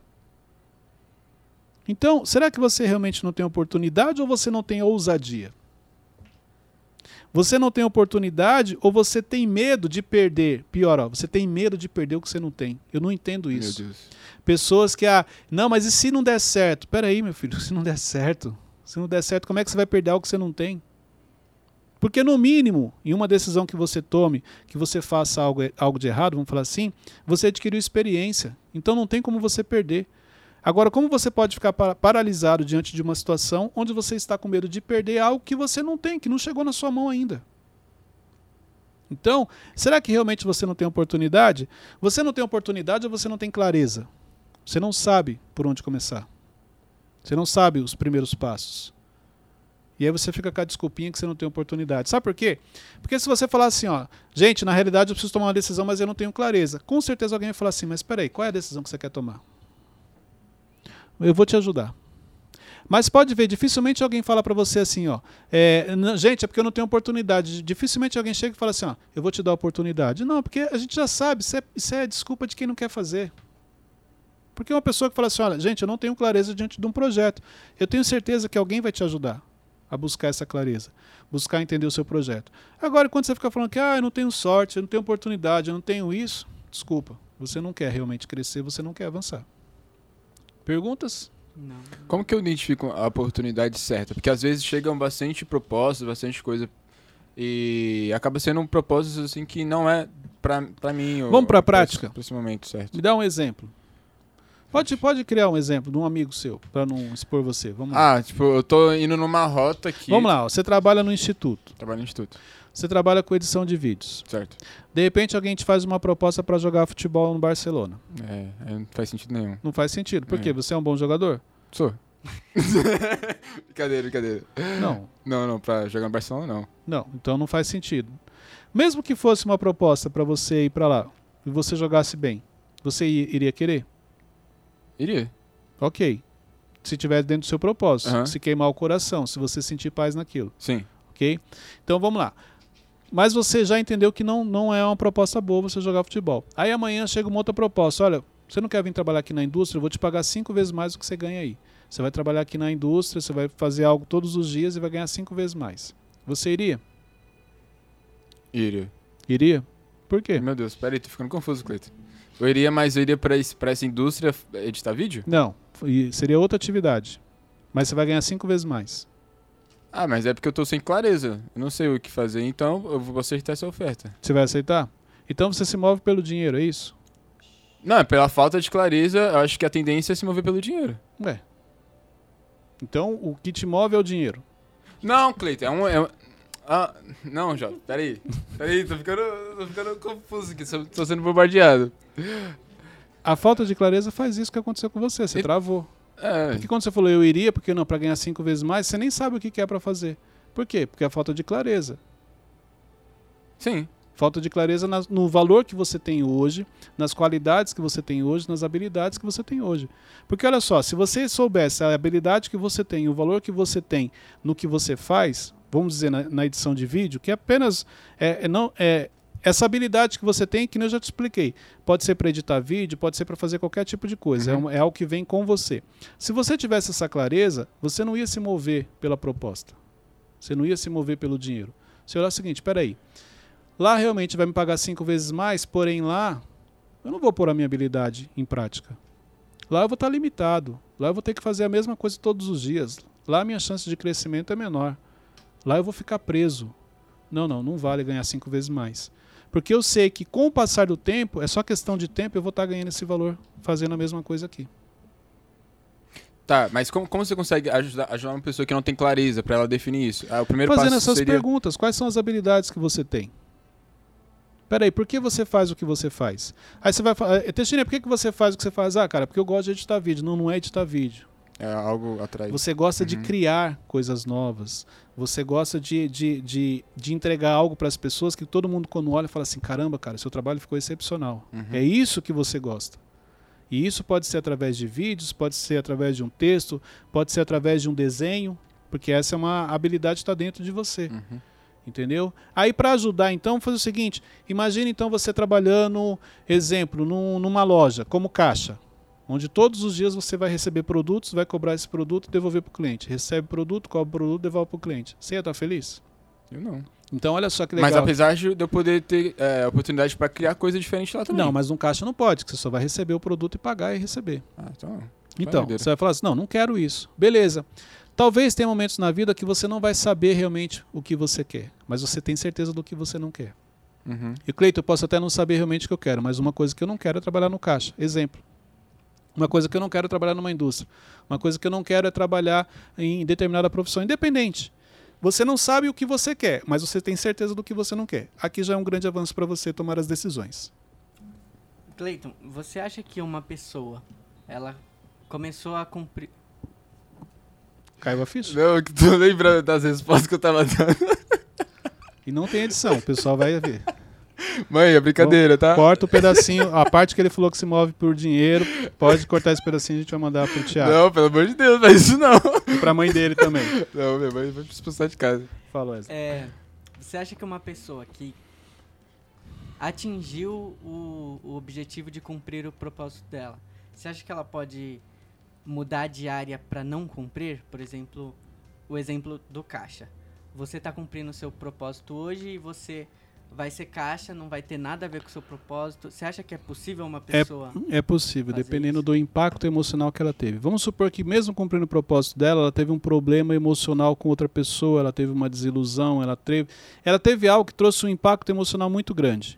Então, será que você realmente não tem oportunidade ou você não tem ousadia? Você não tem oportunidade ou você tem medo de perder? Pior, ó, você tem medo de perder o que você não tem. Eu não entendo isso. Meu Deus. Pessoas que, não, mas e se não der certo? Peraí, meu filho, se não der certo? Se não der certo, como é que você vai perder algo que você não tem? Porque no mínimo, em uma decisão que você tome, que você faça algo de errado, vamos falar assim, você adquiriu experiência. Então não tem como você perder. Agora, como você pode ficar paralisado diante de uma situação onde você está com medo de perder algo que você não tem, que não chegou na sua mão ainda? Então, será que realmente você não tem oportunidade? Você não tem oportunidade ou você não tem clareza? Você não sabe por onde começar. Você não sabe os primeiros passos. E aí você fica com a desculpinha que você não tem oportunidade. Sabe por quê? Porque se você falar assim, ó, gente, na realidade eu preciso tomar uma decisão, mas eu não tenho clareza. Com certeza alguém vai falar assim, mas espera aí, qual é a decisão que você quer tomar? Eu vou te ajudar. Mas pode ver, dificilmente alguém fala para você assim, ó, gente, é porque eu não tenho oportunidade. Dificilmente alguém chega e fala assim, ó, eu vou te dar a oportunidade. Não, porque a gente já sabe, isso é desculpa de quem não quer fazer. Porque uma pessoa que fala assim, olha, gente, eu não tenho clareza diante de um projeto. Eu tenho certeza que alguém vai te ajudar a buscar essa clareza, buscar entender o seu projeto. Agora, quando você fica falando que eu não tenho sorte, eu não tenho oportunidade, eu não tenho isso, desculpa, você não quer realmente crescer, você não quer avançar. Perguntas? Não. Como que eu identifico a oportunidade certa? Porque às vezes chegam bastante propostas, bastante coisa, e acaba sendo um propósito assim que não é pra mim. Vamos para a prática? Pra esse momento, certo? Me dá um exemplo. Pode criar um exemplo de um amigo seu, para não expor você. Vamos lá. Tipo, eu tô indo numa rota aqui. Vamos lá, você trabalha no instituto. Trabalho no instituto. Você trabalha com edição de vídeos. Certo. De repente alguém te faz uma proposta para jogar futebol no Barcelona. Não faz sentido nenhum. Não faz sentido. Por quê? Você é um bom jogador? Sou. Brincadeira. Não, pra jogar no Barcelona não. Não, então não faz sentido. Mesmo que fosse uma proposta para você ir para lá e você jogasse bem, você iria querer? Iria. Ok. Se estiver dentro do seu propósito, Uhum. se queimar o coração, se você sentir paz naquilo. Sim. Ok? Então vamos lá. Mas você já entendeu que não é uma proposta boa você jogar futebol. Aí amanhã chega uma outra proposta. Olha, você não quer vir trabalhar aqui na indústria? Eu vou te pagar 5 vezes mais do que você ganha aí. Você vai trabalhar aqui na indústria, você vai fazer algo todos os dias e vai ganhar 5 vezes mais. Você iria? Iria. Iria? Por quê? Meu Deus, peraí, tô ficando confuso, Cleiton. Mas eu iria pra essa indústria editar vídeo? Não, seria outra atividade. Mas você vai ganhar 5 vezes mais. Mas é porque eu tô sem clareza. Eu não sei o que fazer, então eu vou aceitar essa oferta. Você vai aceitar? Então você se move pelo dinheiro, é isso? Não, pela falta de clareza, eu acho que a tendência é se mover pelo dinheiro. Então o que te move é o dinheiro. Não, Cleiton, não, Jota, peraí, tô ficando confuso aqui, tô sendo bombardeado. A falta de clareza faz isso que aconteceu com você, você travou. Porque quando você falou eu iria, porque não, para ganhar 5 vezes mais, você nem sabe o que é para fazer. Por quê? Porque é a falta de clareza. Sim. Falta de clareza no valor que você tem hoje, nas qualidades que você tem hoje, nas habilidades que você tem hoje. Porque olha só, se você soubesse a habilidade que você tem, o valor que você tem no que você faz, vamos dizer na edição de vídeo, que apenas essa habilidade que você tem, que eu já te expliquei, pode ser para editar vídeo, pode ser para fazer qualquer tipo de coisa, é algo que vem com você. Se você tivesse essa clareza, você não ia se mover pela proposta, você não ia se mover pelo dinheiro. Você olhar o seguinte, espera aí, lá realmente vai me pagar 5 vezes mais, porém lá eu não vou pôr a minha habilidade em prática. Lá eu vou estar limitado, lá eu vou ter que fazer a mesma coisa todos os dias, lá a minha chance de crescimento é menor, lá eu vou ficar preso. Não vale ganhar 5 vezes mais. Porque eu sei que com o passar do tempo, é só questão de tempo, eu vou estar ganhando esse valor fazendo a mesma coisa aqui. Tá, mas como você consegue ajudar uma pessoa que não tem clareza para ela definir isso? O primeiro Fazendo passo essas seria... perguntas, quais são as habilidades que você tem? Peraí, por que você faz o que você faz? Aí você vai falar, Teixeira, por que você faz o que você faz? Cara, porque eu gosto de editar vídeo. Não é editar vídeo. É algo atrás. Você gosta de criar coisas novas. Você gosta de entregar algo para as pessoas que todo mundo quando olha fala assim, caramba, cara, seu trabalho ficou excepcional. É isso que você gosta. E isso pode ser através de vídeos, pode ser através de um texto, pode ser através de um desenho, porque essa é uma habilidade que está dentro de você. Entendeu? Aí para ajudar então, fazer o seguinte, imagine então você trabalhando, exemplo, numa loja, como caixa, onde todos os dias você vai receber produtos, vai cobrar esse produto e devolver para o cliente. Recebe produto, cobra o produto, devolve para o cliente. Você ia estar feliz? Eu não. Então olha só que legal. Mas apesar de eu poder ter oportunidade para criar coisa diferente lá também. Não, mas num caixa não pode, que você só vai receber o produto e pagar e receber. Então você vai falar assim, não quero isso. Beleza. Talvez tenha momentos na vida que você não vai saber realmente o que você quer, mas você tem certeza do que você não quer. E Cleiton, eu posso até não saber realmente o que eu quero, mas uma coisa que eu não quero é trabalhar no caixa. Exemplo. Uma coisa que eu não quero é trabalhar numa indústria. Uma coisa que eu não quero é trabalhar em determinada profissão independente. Você não sabe o que você quer, mas você tem certeza do que você não quer. Aqui já é um grande avanço para você tomar as decisões. Cleiton, você acha que uma pessoa, ela começou a cumprir... Caiu a ficha? Não, que tô lembrando das respostas que eu tava dando. E não tem edição, o pessoal vai ver. Mãe, é brincadeira, tá? Corta o pedacinho, a parte que ele falou que se move por dinheiro, pode cortar esse pedacinho, a gente vai mandar pro Thiago. Não, pelo amor de Deus, não é isso não. E pra mãe dele também. Não, minha mãe vai expulsar de casa. Fala, Wesley. Você acha que uma pessoa que atingiu o objetivo de cumprir o propósito dela, você acha que ela pode mudar de área para não cumprir? Por exemplo, o exemplo do caixa. Você está cumprindo o seu propósito hoje e você vai ser caixa, não vai ter nada a ver com o seu propósito. Você acha que é possível uma pessoa... É possível, dependendo isso? do impacto emocional que ela teve. Vamos supor que mesmo cumprindo o propósito dela, ela teve um problema emocional com outra pessoa, ela teve uma desilusão, ela teve algo que trouxe um impacto emocional muito grande.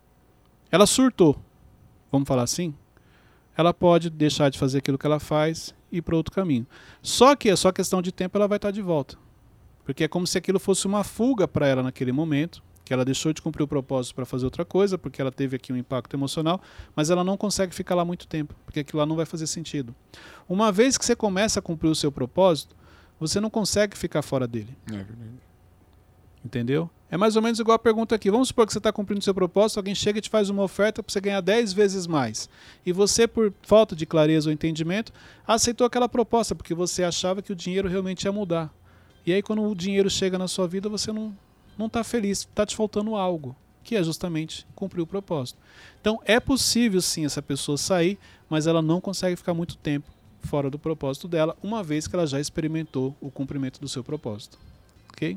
Ela surtou, vamos falar assim? Ela pode deixar de fazer aquilo que ela faz e ir para outro caminho. Só que é só questão de tempo, ela vai estar de volta. Porque é como se aquilo fosse uma fuga para ela naquele momento, que ela deixou de cumprir o propósito para fazer outra coisa, porque ela teve aqui um impacto emocional, mas ela não consegue ficar lá muito tempo, porque aquilo lá não vai fazer sentido. Uma vez que você começa a cumprir o seu propósito, você não consegue ficar fora dele. É verdade. Entendeu? É mais ou menos igual a pergunta aqui. Vamos supor que você está cumprindo o seu propósito, alguém chega e te faz uma oferta para você ganhar 10 vezes mais. E você, por falta de clareza ou entendimento, aceitou aquela proposta, porque você achava que o dinheiro realmente ia mudar. E aí quando o dinheiro chega na sua vida, você não está feliz, está te faltando algo, que é justamente cumprir o propósito. Então é possível sim essa pessoa sair, mas ela não consegue ficar muito tempo fora do propósito dela, uma vez que ela já experimentou o cumprimento do seu propósito. Ok?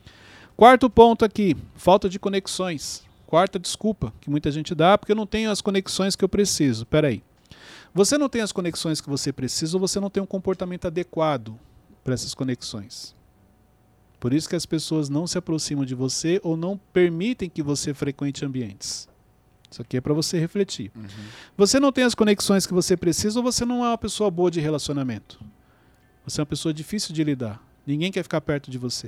Quarto ponto aqui, falta de conexões. Quarta desculpa que muita gente dá, porque eu não tenho as conexões que eu preciso. Peraí. Você não tem as conexões que você precisa ou você não tem um comportamento adequado para essas conexões. Por isso que as pessoas não se aproximam de você ou não permitem que você frequente ambientes. Isso aqui é para você refletir. Uhum. Você não tem as conexões que você precisa ou você não é uma pessoa boa de relacionamento. Você é uma pessoa difícil de lidar. Ninguém quer ficar perto de você.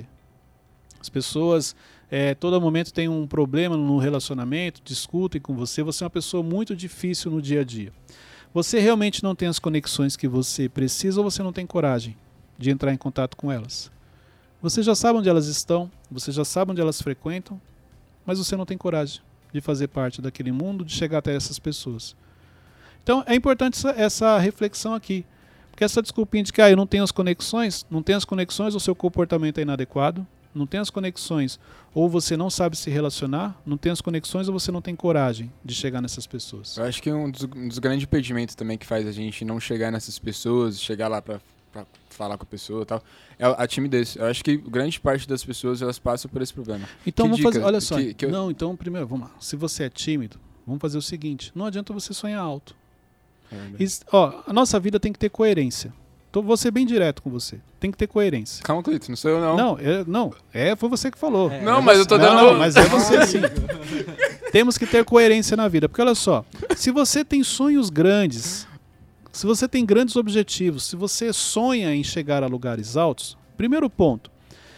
As pessoas, todo momento tem um problema no relacionamento, discutem com você. Você é uma pessoa muito difícil no dia a dia. Você realmente não tem as conexões que você precisa ou você não tem coragem de entrar em contato com elas? Você já sabe onde elas estão, você já sabe onde elas frequentam, mas você não tem coragem de fazer parte daquele mundo, de chegar até essas pessoas. Então é importante essa reflexão aqui. Porque essa desculpinha de que eu não tenho as conexões, não tem as conexões, o seu comportamento é inadequado, não tem as conexões, ou você não sabe se relacionar, não tem as conexões ou você não tem coragem de chegar nessas pessoas. Eu acho que um dos grandes impedimentos também que faz a gente não chegar nessas pessoas, chegar lá pra falar com a pessoa e tal, é a timidez. Eu acho que grande parte das pessoas, elas passam por esse problema. Então Que vamos fazer, dica olha só, que eu- não, então primeiro, vamos lá, se você é tímido, vamos fazer o seguinte, não adianta você sonhar alto. A nossa vida tem que ter coerência. Então vou ser bem direto com você, tem que ter coerência. Calma, Cleiton, não sou eu não. Foi você que falou. Não, mas eu tô dando... Não, mas é você sim. Temos que ter coerência na vida, porque olha só, se você tem sonhos grandes, se você tem grandes objetivos, se você sonha em chegar a lugares altos, primeiro ponto,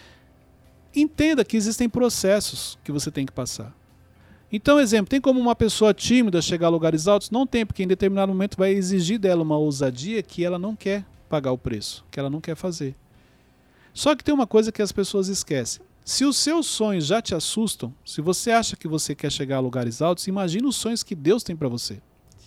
entenda que existem processos que você tem que passar. Então, exemplo, tem como uma pessoa tímida chegar a lugares altos? Não tem, porque em determinado momento vai exigir dela uma ousadia que ela não quer pagar o preço, que ela não quer fazer. Só que tem uma coisa que as pessoas esquecem. Se os seus sonhos já te assustam, se você acha que você quer chegar a lugares altos, imagina os sonhos que Deus tem para você.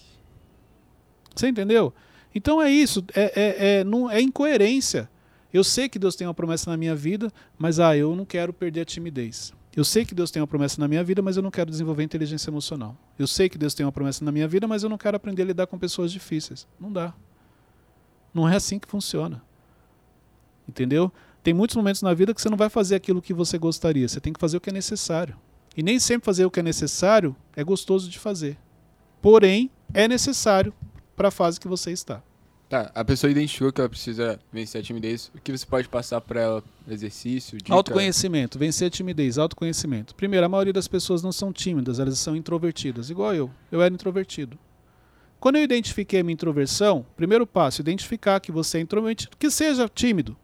Você entendeu? Então é isso, é incoerência. Eu sei que Deus tem uma promessa na minha vida, mas eu não quero perder a timidez. Eu sei que Deus tem uma promessa na minha vida, mas eu não quero desenvolver inteligência emocional. Eu sei que Deus tem uma promessa na minha vida, mas eu não quero aprender a lidar com pessoas difíceis. Não dá. Não é assim que funciona. Entendeu? Tem muitos momentos na vida que você não vai fazer aquilo que você gostaria. Você tem que fazer o que é necessário. E nem sempre fazer o que é necessário é gostoso de fazer. Porém, é necessário para a fase que você está. Tá, a pessoa identificou que ela precisa vencer a timidez. O que você pode passar para ela? Exercício, dica? Autoconhecimento, vencer a timidez, autoconhecimento. Primeiro, a maioria das pessoas não são tímidas, elas são introvertidas, igual eu. Eu era introvertido. Quando eu identifiquei a minha introversão, primeiro passo, identificar que você é introvertido, que seja tímido.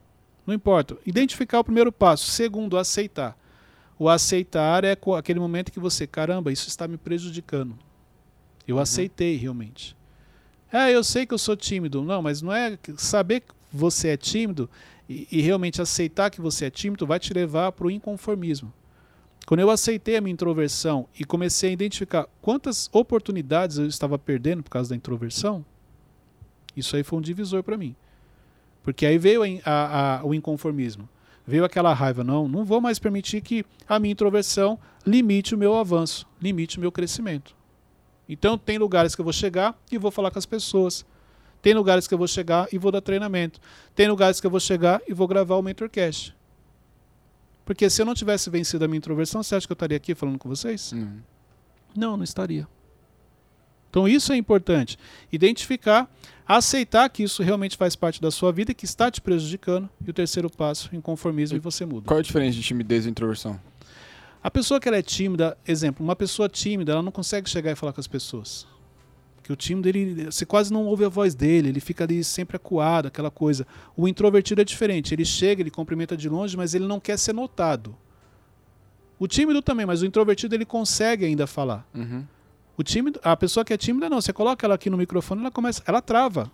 Não importa. Identificar o primeiro passo. Segundo, aceitar. O aceitar é aquele momento que você, caramba, isso está me prejudicando. Eu aceitei realmente. Eu sei que eu sou tímido. Não, mas não é saber que você é tímido e realmente aceitar que você é tímido vai te levar para o inconformismo. Quando eu aceitei a minha introversão e comecei a identificar quantas oportunidades eu estava perdendo por causa da introversão, isso aí foi um divisor para mim. Porque aí veio o inconformismo. Veio aquela raiva. Não vou mais permitir que a minha introversão limite o meu avanço, limite o meu crescimento. Então tem lugares que eu vou chegar e vou falar com as pessoas. Tem lugares que eu vou chegar e vou dar treinamento. Tem lugares que eu vou chegar e vou gravar o Mentorcast. Porque se eu não tivesse vencido a minha introversão, você acha que eu estaria aqui falando com vocês? Não estaria. Então isso é importante. Identificar, aceitar que isso realmente faz parte da sua vida e que está te prejudicando. E o terceiro passo, inconformismo, e você muda. Qual é a diferença de timidez e introversão? A pessoa que ela é tímida, exemplo, uma pessoa tímida, ela não consegue chegar e falar com as pessoas. Porque o tímido, você quase não ouve a voz dele, ele fica ali sempre acuado, aquela coisa. O introvertido é diferente, ele chega, ele cumprimenta de longe, mas ele não quer ser notado. O tímido também, mas o introvertido ele consegue ainda falar. O tímido, a pessoa que é tímida não, você coloca ela aqui no microfone, ela trava.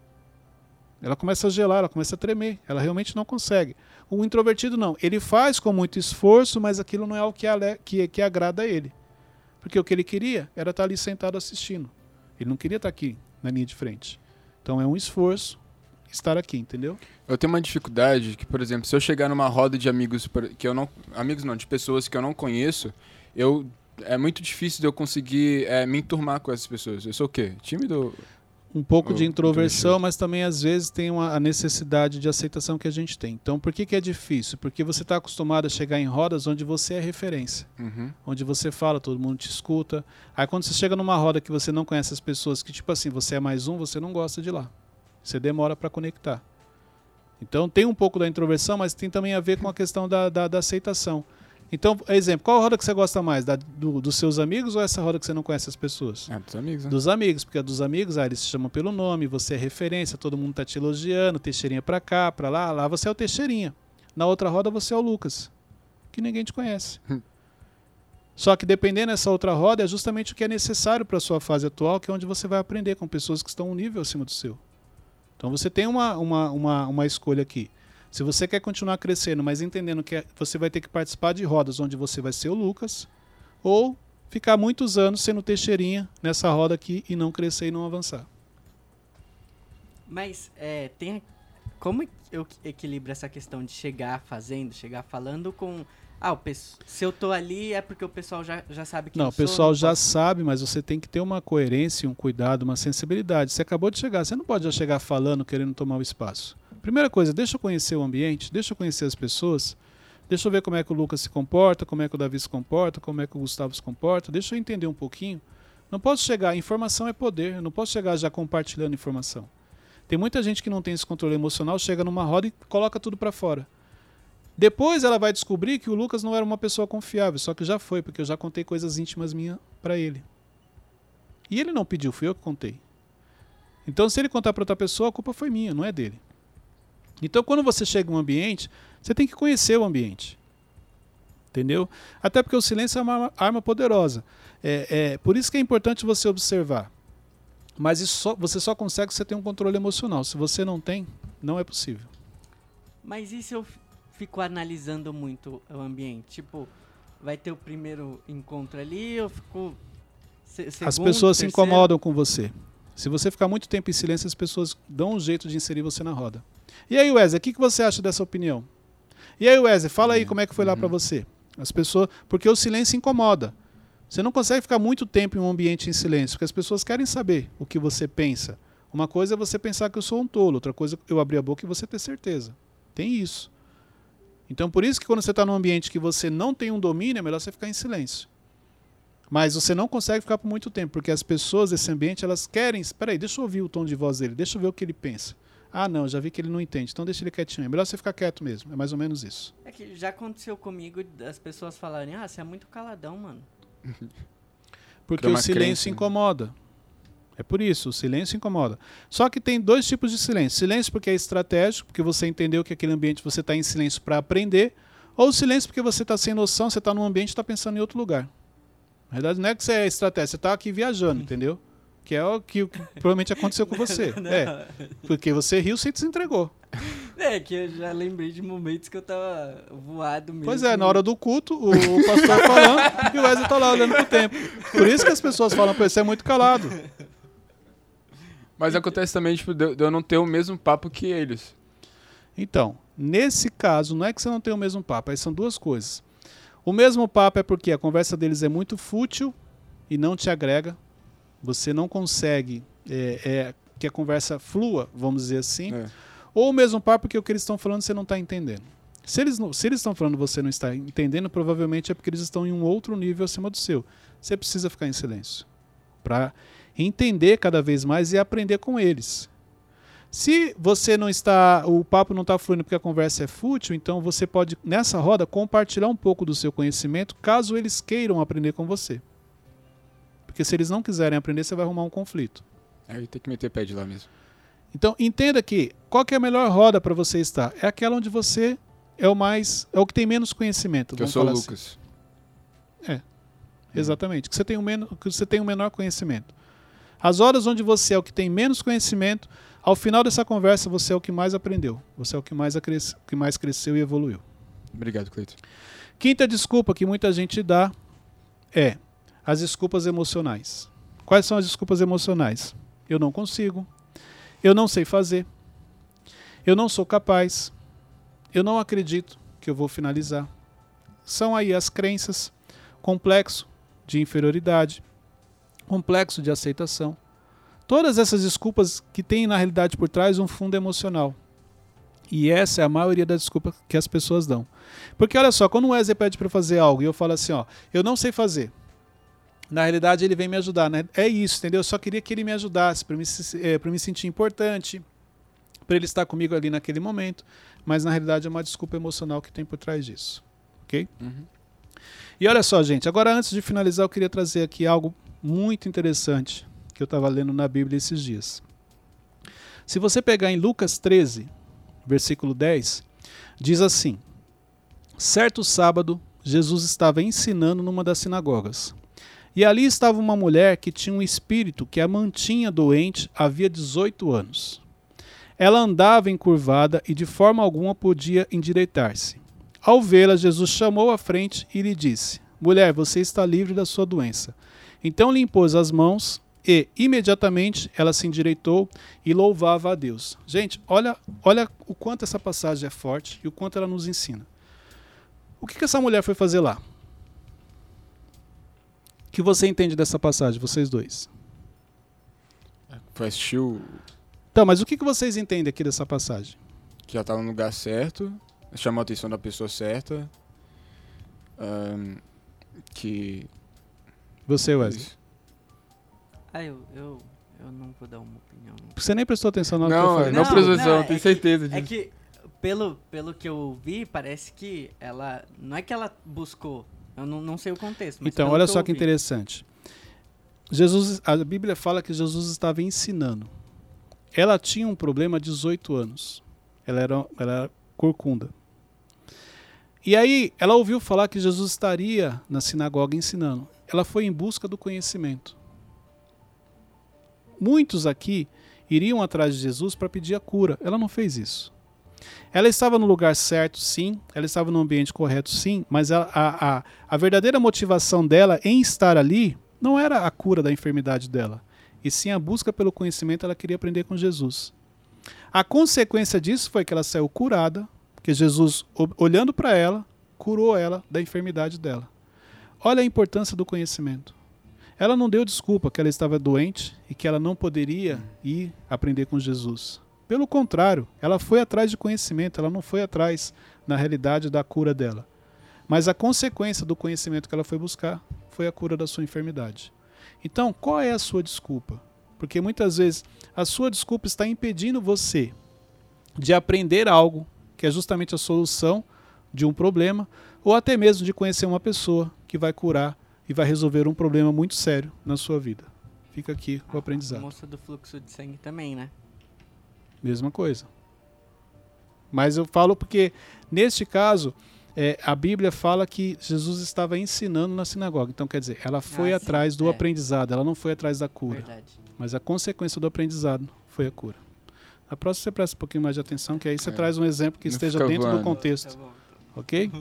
Ela começa a gelar, ela começa a tremer, ela realmente não consegue. O introvertido não, ele faz com muito esforço, mas aquilo não é algo que agrada a ele. Porque o que ele queria era estar ali sentado assistindo. Ele não queria estar aqui na linha de frente. Então é um esforço estar aqui, entendeu? Eu tenho uma dificuldade que, por exemplo, se eu chegar numa roda de amigos que eu não, de pessoas que eu não conheço, é muito difícil de eu conseguir me enturmar com essas pessoas. Eu sou o quê? Tímido? Um pouco de introversão, mas também às vezes tem a necessidade de aceitação que a gente tem. Então, por que é difícil? Porque você está acostumado a chegar em rodas onde você é referência. Onde você fala, todo mundo te escuta. Aí quando você chega numa roda que você não conhece as pessoas, que tipo assim, você é mais um, você não gosta de ir lá. Você demora para conectar. Então tem um pouco da introversão, mas tem também a ver com a questão da aceitação. Então, exemplo, qual roda que você gosta mais? Dos seus amigos ou essa roda que você não conhece as pessoas? Dos amigos, né? Dos amigos, porque a dos amigos, eles se chamam pelo nome, você é referência, todo mundo tá te elogiando, Teixeirinha pra cá, pra lá você é o Teixeirinha. Na outra roda você é o Lucas, que ninguém te conhece. Só que dependendo dessa outra roda, é justamente o que é necessário para a sua fase atual, que é onde você vai aprender com pessoas que estão um nível acima do seu. Então você tem uma escolha aqui. Se você quer continuar crescendo, mas entendendo que você vai ter que participar de rodas onde você vai ser o Lucas, ou ficar muitos anos sendo Teixeirinha nessa roda aqui e não crescer e não avançar. Mas como eu equilibro essa questão de chegar fazendo, chegar falando com... se eu tô ali é porque o pessoal já sabe que eu sou. Não, o pessoal já sabe, mas você tem que ter uma coerência, um cuidado, uma sensibilidade. Você acabou de chegar, você não pode já chegar falando, querendo tomar o espaço. Primeira coisa, deixa eu conhecer o ambiente, deixa eu conhecer as pessoas, deixa eu ver como é que o Lucas se comporta, como é que o Davi se comporta, como é que o Gustavo se comporta, deixa eu entender um pouquinho. Não posso chegar, informação é poder, eu não posso chegar já compartilhando informação. Tem muita gente que não tem esse controle emocional, chega numa roda e coloca tudo para fora. Depois ela vai descobrir que o Lucas não era uma pessoa confiável, só que já foi, porque eu já contei coisas íntimas minhas para ele. E ele não pediu, fui eu que contei. Então se ele contar para outra pessoa, a culpa foi minha, não é dele. Então quando você chega em um ambiente, você tem que conhecer o ambiente. Entendeu? Até porque o silêncio é uma arma poderosa. Por isso que é importante você observar. Mas você só consegue se você tem um controle emocional. Se você não tem, não é possível. Mas e se eu fico analisando muito o ambiente? Tipo, vai ter o primeiro encontro ali, eu fico... As pessoas se incomodam com você. Se você ficar muito tempo em silêncio, as pessoas dão um jeito de inserir você na roda. E aí, Wesley, o que você acha dessa opinião? E aí, Wesley, fala aí como é que foi lá para você. As pessoas, porque o silêncio incomoda. Você não consegue ficar muito tempo em um ambiente em silêncio, porque as pessoas querem saber o que você pensa. Uma coisa é você pensar que eu sou um tolo, outra coisa é eu abrir a boca e você ter certeza. Tem isso. Então, por isso que quando você está num ambiente que você não tem um domínio, é melhor você ficar em silêncio. Mas você não consegue ficar por muito tempo, porque as pessoas desse ambiente, elas querem... Espera aí, deixa eu ouvir o tom de voz dele, deixa eu ver o que ele pensa. Ah, não, já vi que ele não entende, então deixa ele quietinho. É melhor você ficar quieto mesmo, é mais ou menos isso. É que já aconteceu comigo das pessoas falarem, você é muito caladão, mano. Porque o silêncio incomoda. É por isso, o silêncio incomoda. Só que tem 2 tipos de silêncio. Silêncio porque é estratégico, porque você entendeu que aquele ambiente você está em silêncio para aprender, ou silêncio porque você está sem noção, você está num ambiente e está pensando em outro lugar. Na verdade, não é que você é estratégia, você está aqui viajando, entendeu? Que é o que provavelmente aconteceu com você. Porque você riu, você se entregou. É, que eu já lembrei de momentos que eu tava voado mesmo. Pois é, na hora do culto, o pastor falando e o Wesley tá lá olhando pro tempo. Por isso que as pessoas falam, pô, você é muito calado. Mas acontece também, tipo, de eu não ter o mesmo papo que eles. Então, nesse caso, não é que você não tem o mesmo papo, aí são 2 coisas. O mesmo papo é porque a conversa deles é muito fútil e não te agrega. Você não consegue que a conversa flua, vamos dizer assim. Ou o mesmo papo porque o que eles estão falando você não está entendendo. Se eles estão falando e você não está entendendo, provavelmente é porque eles estão em um outro nível acima do seu. Você precisa ficar em silêncio para entender cada vez mais e aprender com eles. Se você não está, o papo não está fluindo porque a conversa é fútil, então você pode, nessa roda, compartilhar um pouco do seu conhecimento, caso eles queiram aprender com você. Porque se eles não quiserem aprender, você vai arrumar um conflito. Aí tem que meter pé de lá mesmo. Então, entenda que qual que é a melhor roda para você estar? É aquela onde você é o que tem menos conhecimento. Que eu sou o Lucas. Assim. Exatamente. Que você tem um menor conhecimento. As horas onde você é o que tem menos conhecimento, ao final dessa conversa você é o que mais aprendeu. Você é o que mais cresceu e evoluiu. Obrigado, Cleiton. Quinta desculpa que muita gente dá é as desculpas emocionais. Quais são as desculpas emocionais? Eu não consigo. Eu não sei fazer. Eu não sou capaz. Eu não acredito que eu vou finalizar. São aí as crenças, complexo de inferioridade, complexo de aceitação. Todas essas desculpas que têm na realidade por trás um fundo emocional. E essa é a maioria das desculpas que as pessoas dão. Porque olha só, quando o Wesley pede para fazer algo e eu falo assim, ó, eu não sei fazer. Na realidade ele vem me ajudar, né? É isso, entendeu? Eu só queria que ele me ajudasse para me sentir importante, para ele estar comigo ali naquele momento. Mas na realidade é uma desculpa emocional que tem por trás disso. Ok? Uhum. E olha só, gente, agora antes de finalizar eu queria trazer aqui algo muito interessante que eu estava lendo na Bíblia esses dias. Se você pegar em Lucas 13, versículo 10, diz assim: certo sábado, Jesus estava ensinando numa das sinagogas. E ali estava uma mulher que tinha um espírito que a mantinha doente havia 18 anos. Ela andava encurvada e de forma alguma podia endireitar-se. Ao vê-la, Jesus chamou à frente e lhe disse: mulher, você está livre da sua doença. Então lhe impôs as mãos e, imediatamente, ela se endireitou e louvava a Deus. Gente, olha o quanto essa passagem é forte e o quanto ela nos ensina. O que essa mulher foi fazer lá? O que você entende dessa passagem, vocês dois? Foi assistir o... Então, mas o que vocês entendem aqui dessa passagem? Que ela estava no lugar certo, chamou a atenção da pessoa certa, que... Você, Wesley? Eu não vou dar uma opinião. Você nem prestou atenção na hora que eu falei. Não prestou atenção, tenho certeza disso. É que, pelo que eu vi, parece que ela... Não é que ela buscou, eu não sei o contexto. Mas então, olha só que interessante. A Bíblia fala que Jesus estava ensinando. Ela tinha um problema há 18 anos. Ela era corcunda. E aí, ela ouviu falar que Jesus estaria na sinagoga ensinando. Ela foi em busca do conhecimento. Muitos aqui iriam atrás de Jesus para pedir a cura. Ela não fez isso. Ela estava no lugar certo, sim. Ela estava no ambiente correto, sim. Mas a verdadeira motivação dela em estar ali não era a cura da enfermidade dela. E sim a busca pelo conhecimento, ela queria aprender com Jesus. A consequência disso foi que ela saiu curada, porque Jesus, olhando para ela, curou ela da enfermidade dela. Olha a importância do conhecimento. Ela não deu desculpa que ela estava doente e que ela não poderia ir aprender com Jesus. Pelo contrário, ela foi atrás de conhecimento, ela não foi atrás, na realidade, da cura dela. Mas a consequência do conhecimento que ela foi buscar foi a cura da sua enfermidade. Então, qual é a sua desculpa? Porque muitas vezes a sua desculpa está impedindo você de aprender algo que é justamente a solução de um problema, ou até mesmo de conhecer uma pessoa que vai curar e vai resolver um problema muito sério na sua vida. fica aqui o aprendizado. A moça do fluxo de sangue também, né? Mesma coisa. Mas eu falo porque, neste caso, a Bíblia fala que Jesus estava ensinando na sinagoga. Então, quer dizer, ela foi atrás do aprendizado, ela não foi atrás da cura. Verdade. Mas a consequência do aprendizado foi a cura. A próxima você presta um pouquinho mais de atenção, que aí você traz um exemplo que Não esteja fica dentro do voando. contexto. Tá bom. Ok?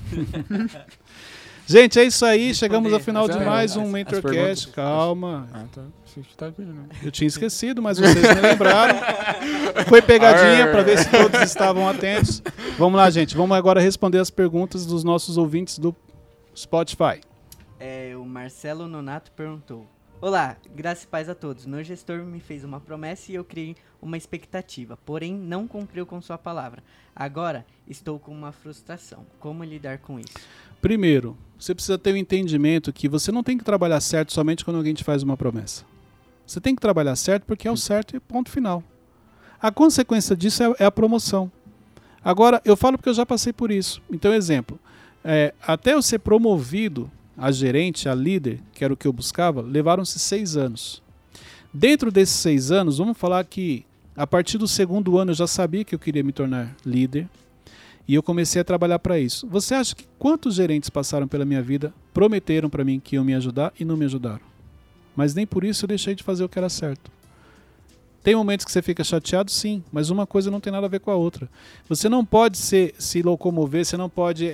Gente, é isso aí. Chegamos ao final de Mas mais as um perguntas- Mentorcast. Calma. Ah, tá. Você tá pedindo. Eu tinha esquecido, mas vocês me lembraram. Foi pegadinha para ver se todos estavam atentos. Vamos lá, gente. Vamos agora responder as perguntas dos nossos ouvintes do Spotify. O Marcelo Nonato perguntou: Olá, graças e paz a todos. Meu gestor me fez uma promessa e eu criei uma expectativa, porém não cumpriu com sua palavra. Agora estou com uma frustração. Como lidar com isso? Primeiro, você precisa ter o entendimento que você não tem que trabalhar certo somente quando alguém te faz uma promessa. Você tem que trabalhar certo porque é o certo e ponto final. A consequência disso é a promoção. Agora, eu falo porque eu já passei por isso. Então, exemplo, até eu ser promovido a gerente, a líder, que era o que eu buscava, levaram-se 6 anos. Dentro desses 6 anos, vamos falar que a partir do 2º ano eu já sabia que eu queria me tornar líder e eu comecei a trabalhar para isso. Você acha que quantos gerentes passaram pela minha vida, prometeram para mim que iam me ajudar e não me ajudaram? Mas nem por isso eu deixei de fazer o que era certo. Tem momentos que você fica chateado, sim, mas uma coisa não tem nada a ver com a outra. Você não pode se locomover, você não pode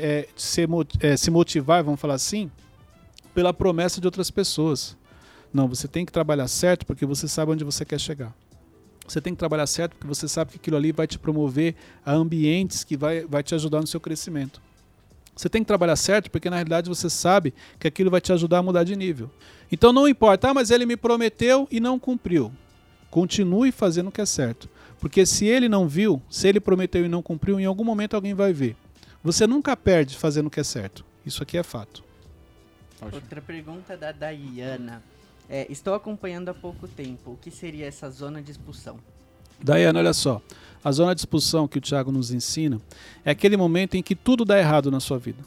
se motivar, vamos falar assim, pela promessa de outras pessoas. Não, você tem que trabalhar certo porque você sabe onde você quer chegar. Você tem que trabalhar certo porque você sabe que aquilo ali vai te promover a ambientes que vai te ajudar no seu crescimento. Você tem que trabalhar certo porque na realidade você sabe que aquilo vai te ajudar a mudar de nível. Então não importa, mas ele me prometeu e não cumpriu. Continue fazendo o que é certo. Porque se ele não viu, se ele prometeu e não cumpriu, em algum momento alguém vai ver. Você nunca perde fazendo o que é certo. Isso aqui é fato. Ótimo. Outra pergunta da Daiana. Estou acompanhando há pouco tempo. O que seria essa zona de expulsão? Daiane, olha só. A zona de expulsão que o Thiago nos ensina é aquele momento em que tudo dá errado na sua vida.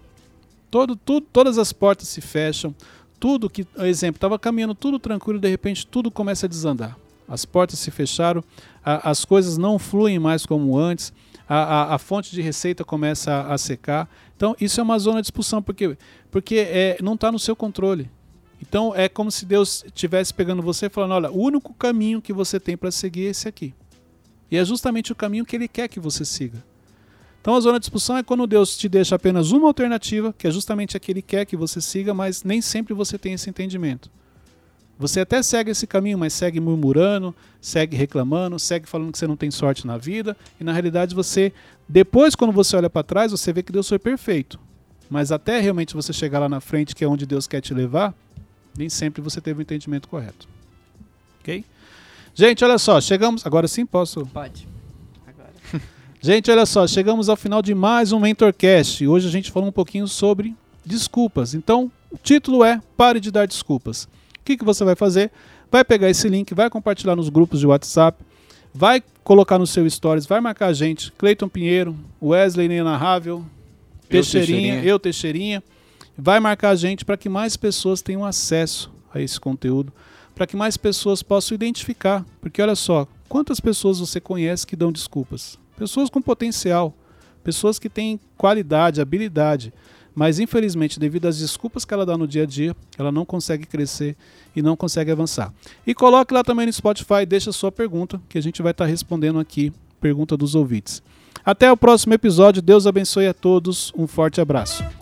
Todas as portas se fecham. Tudo que, exemplo, estava caminhando tudo tranquilo, de repente tudo começa a desandar. As portas se fecharam, as coisas não fluem mais como antes, a fonte de receita começa a secar. Então isso é uma zona de expulsão, porque não está no seu controle. Então é como se Deus estivesse pegando você e falando, olha, o único caminho que você tem para seguir é esse aqui. E é justamente o caminho que Ele quer que você siga. Então a zona de expulsão é quando Deus te deixa apenas uma alternativa, que é justamente a que Ele quer que você siga, mas nem sempre você tem esse entendimento. Você até segue esse caminho, mas segue murmurando, segue reclamando, segue falando que você não tem sorte na vida, e na realidade depois quando você olha para trás, você vê que Deus foi perfeito. Mas até realmente você chegar lá na frente, que é onde Deus quer te levar, nem sempre você teve o entendimento correto. Ok? Gente, olha só, chegamos... Agora sim posso? Pode. Agora. Gente, olha só, chegamos ao final de mais um Mentorcast. Hoje a gente falou um pouquinho sobre desculpas. Então, o título é Pare de Dar Desculpas. O que você vai fazer? Vai pegar esse link, vai compartilhar nos grupos de WhatsApp, vai colocar no seu Stories, vai marcar a gente, Cleiton Pinheiro, Wesley Inenarrável, eu Teixeirinha. Vai marcar a gente para que mais pessoas tenham acesso a esse conteúdo, para que mais pessoas possam identificar. Porque olha só, quantas pessoas você conhece que dão desculpas? Pessoas com potencial, pessoas que têm qualidade, habilidade, mas infelizmente devido às desculpas que ela dá no dia a dia, ela não consegue crescer e não consegue avançar. E coloque lá também no Spotify, deixa a sua pergunta, que a gente vai estar respondendo aqui, pergunta dos ouvintes. Até o próximo episódio, Deus abençoe a todos, um forte abraço.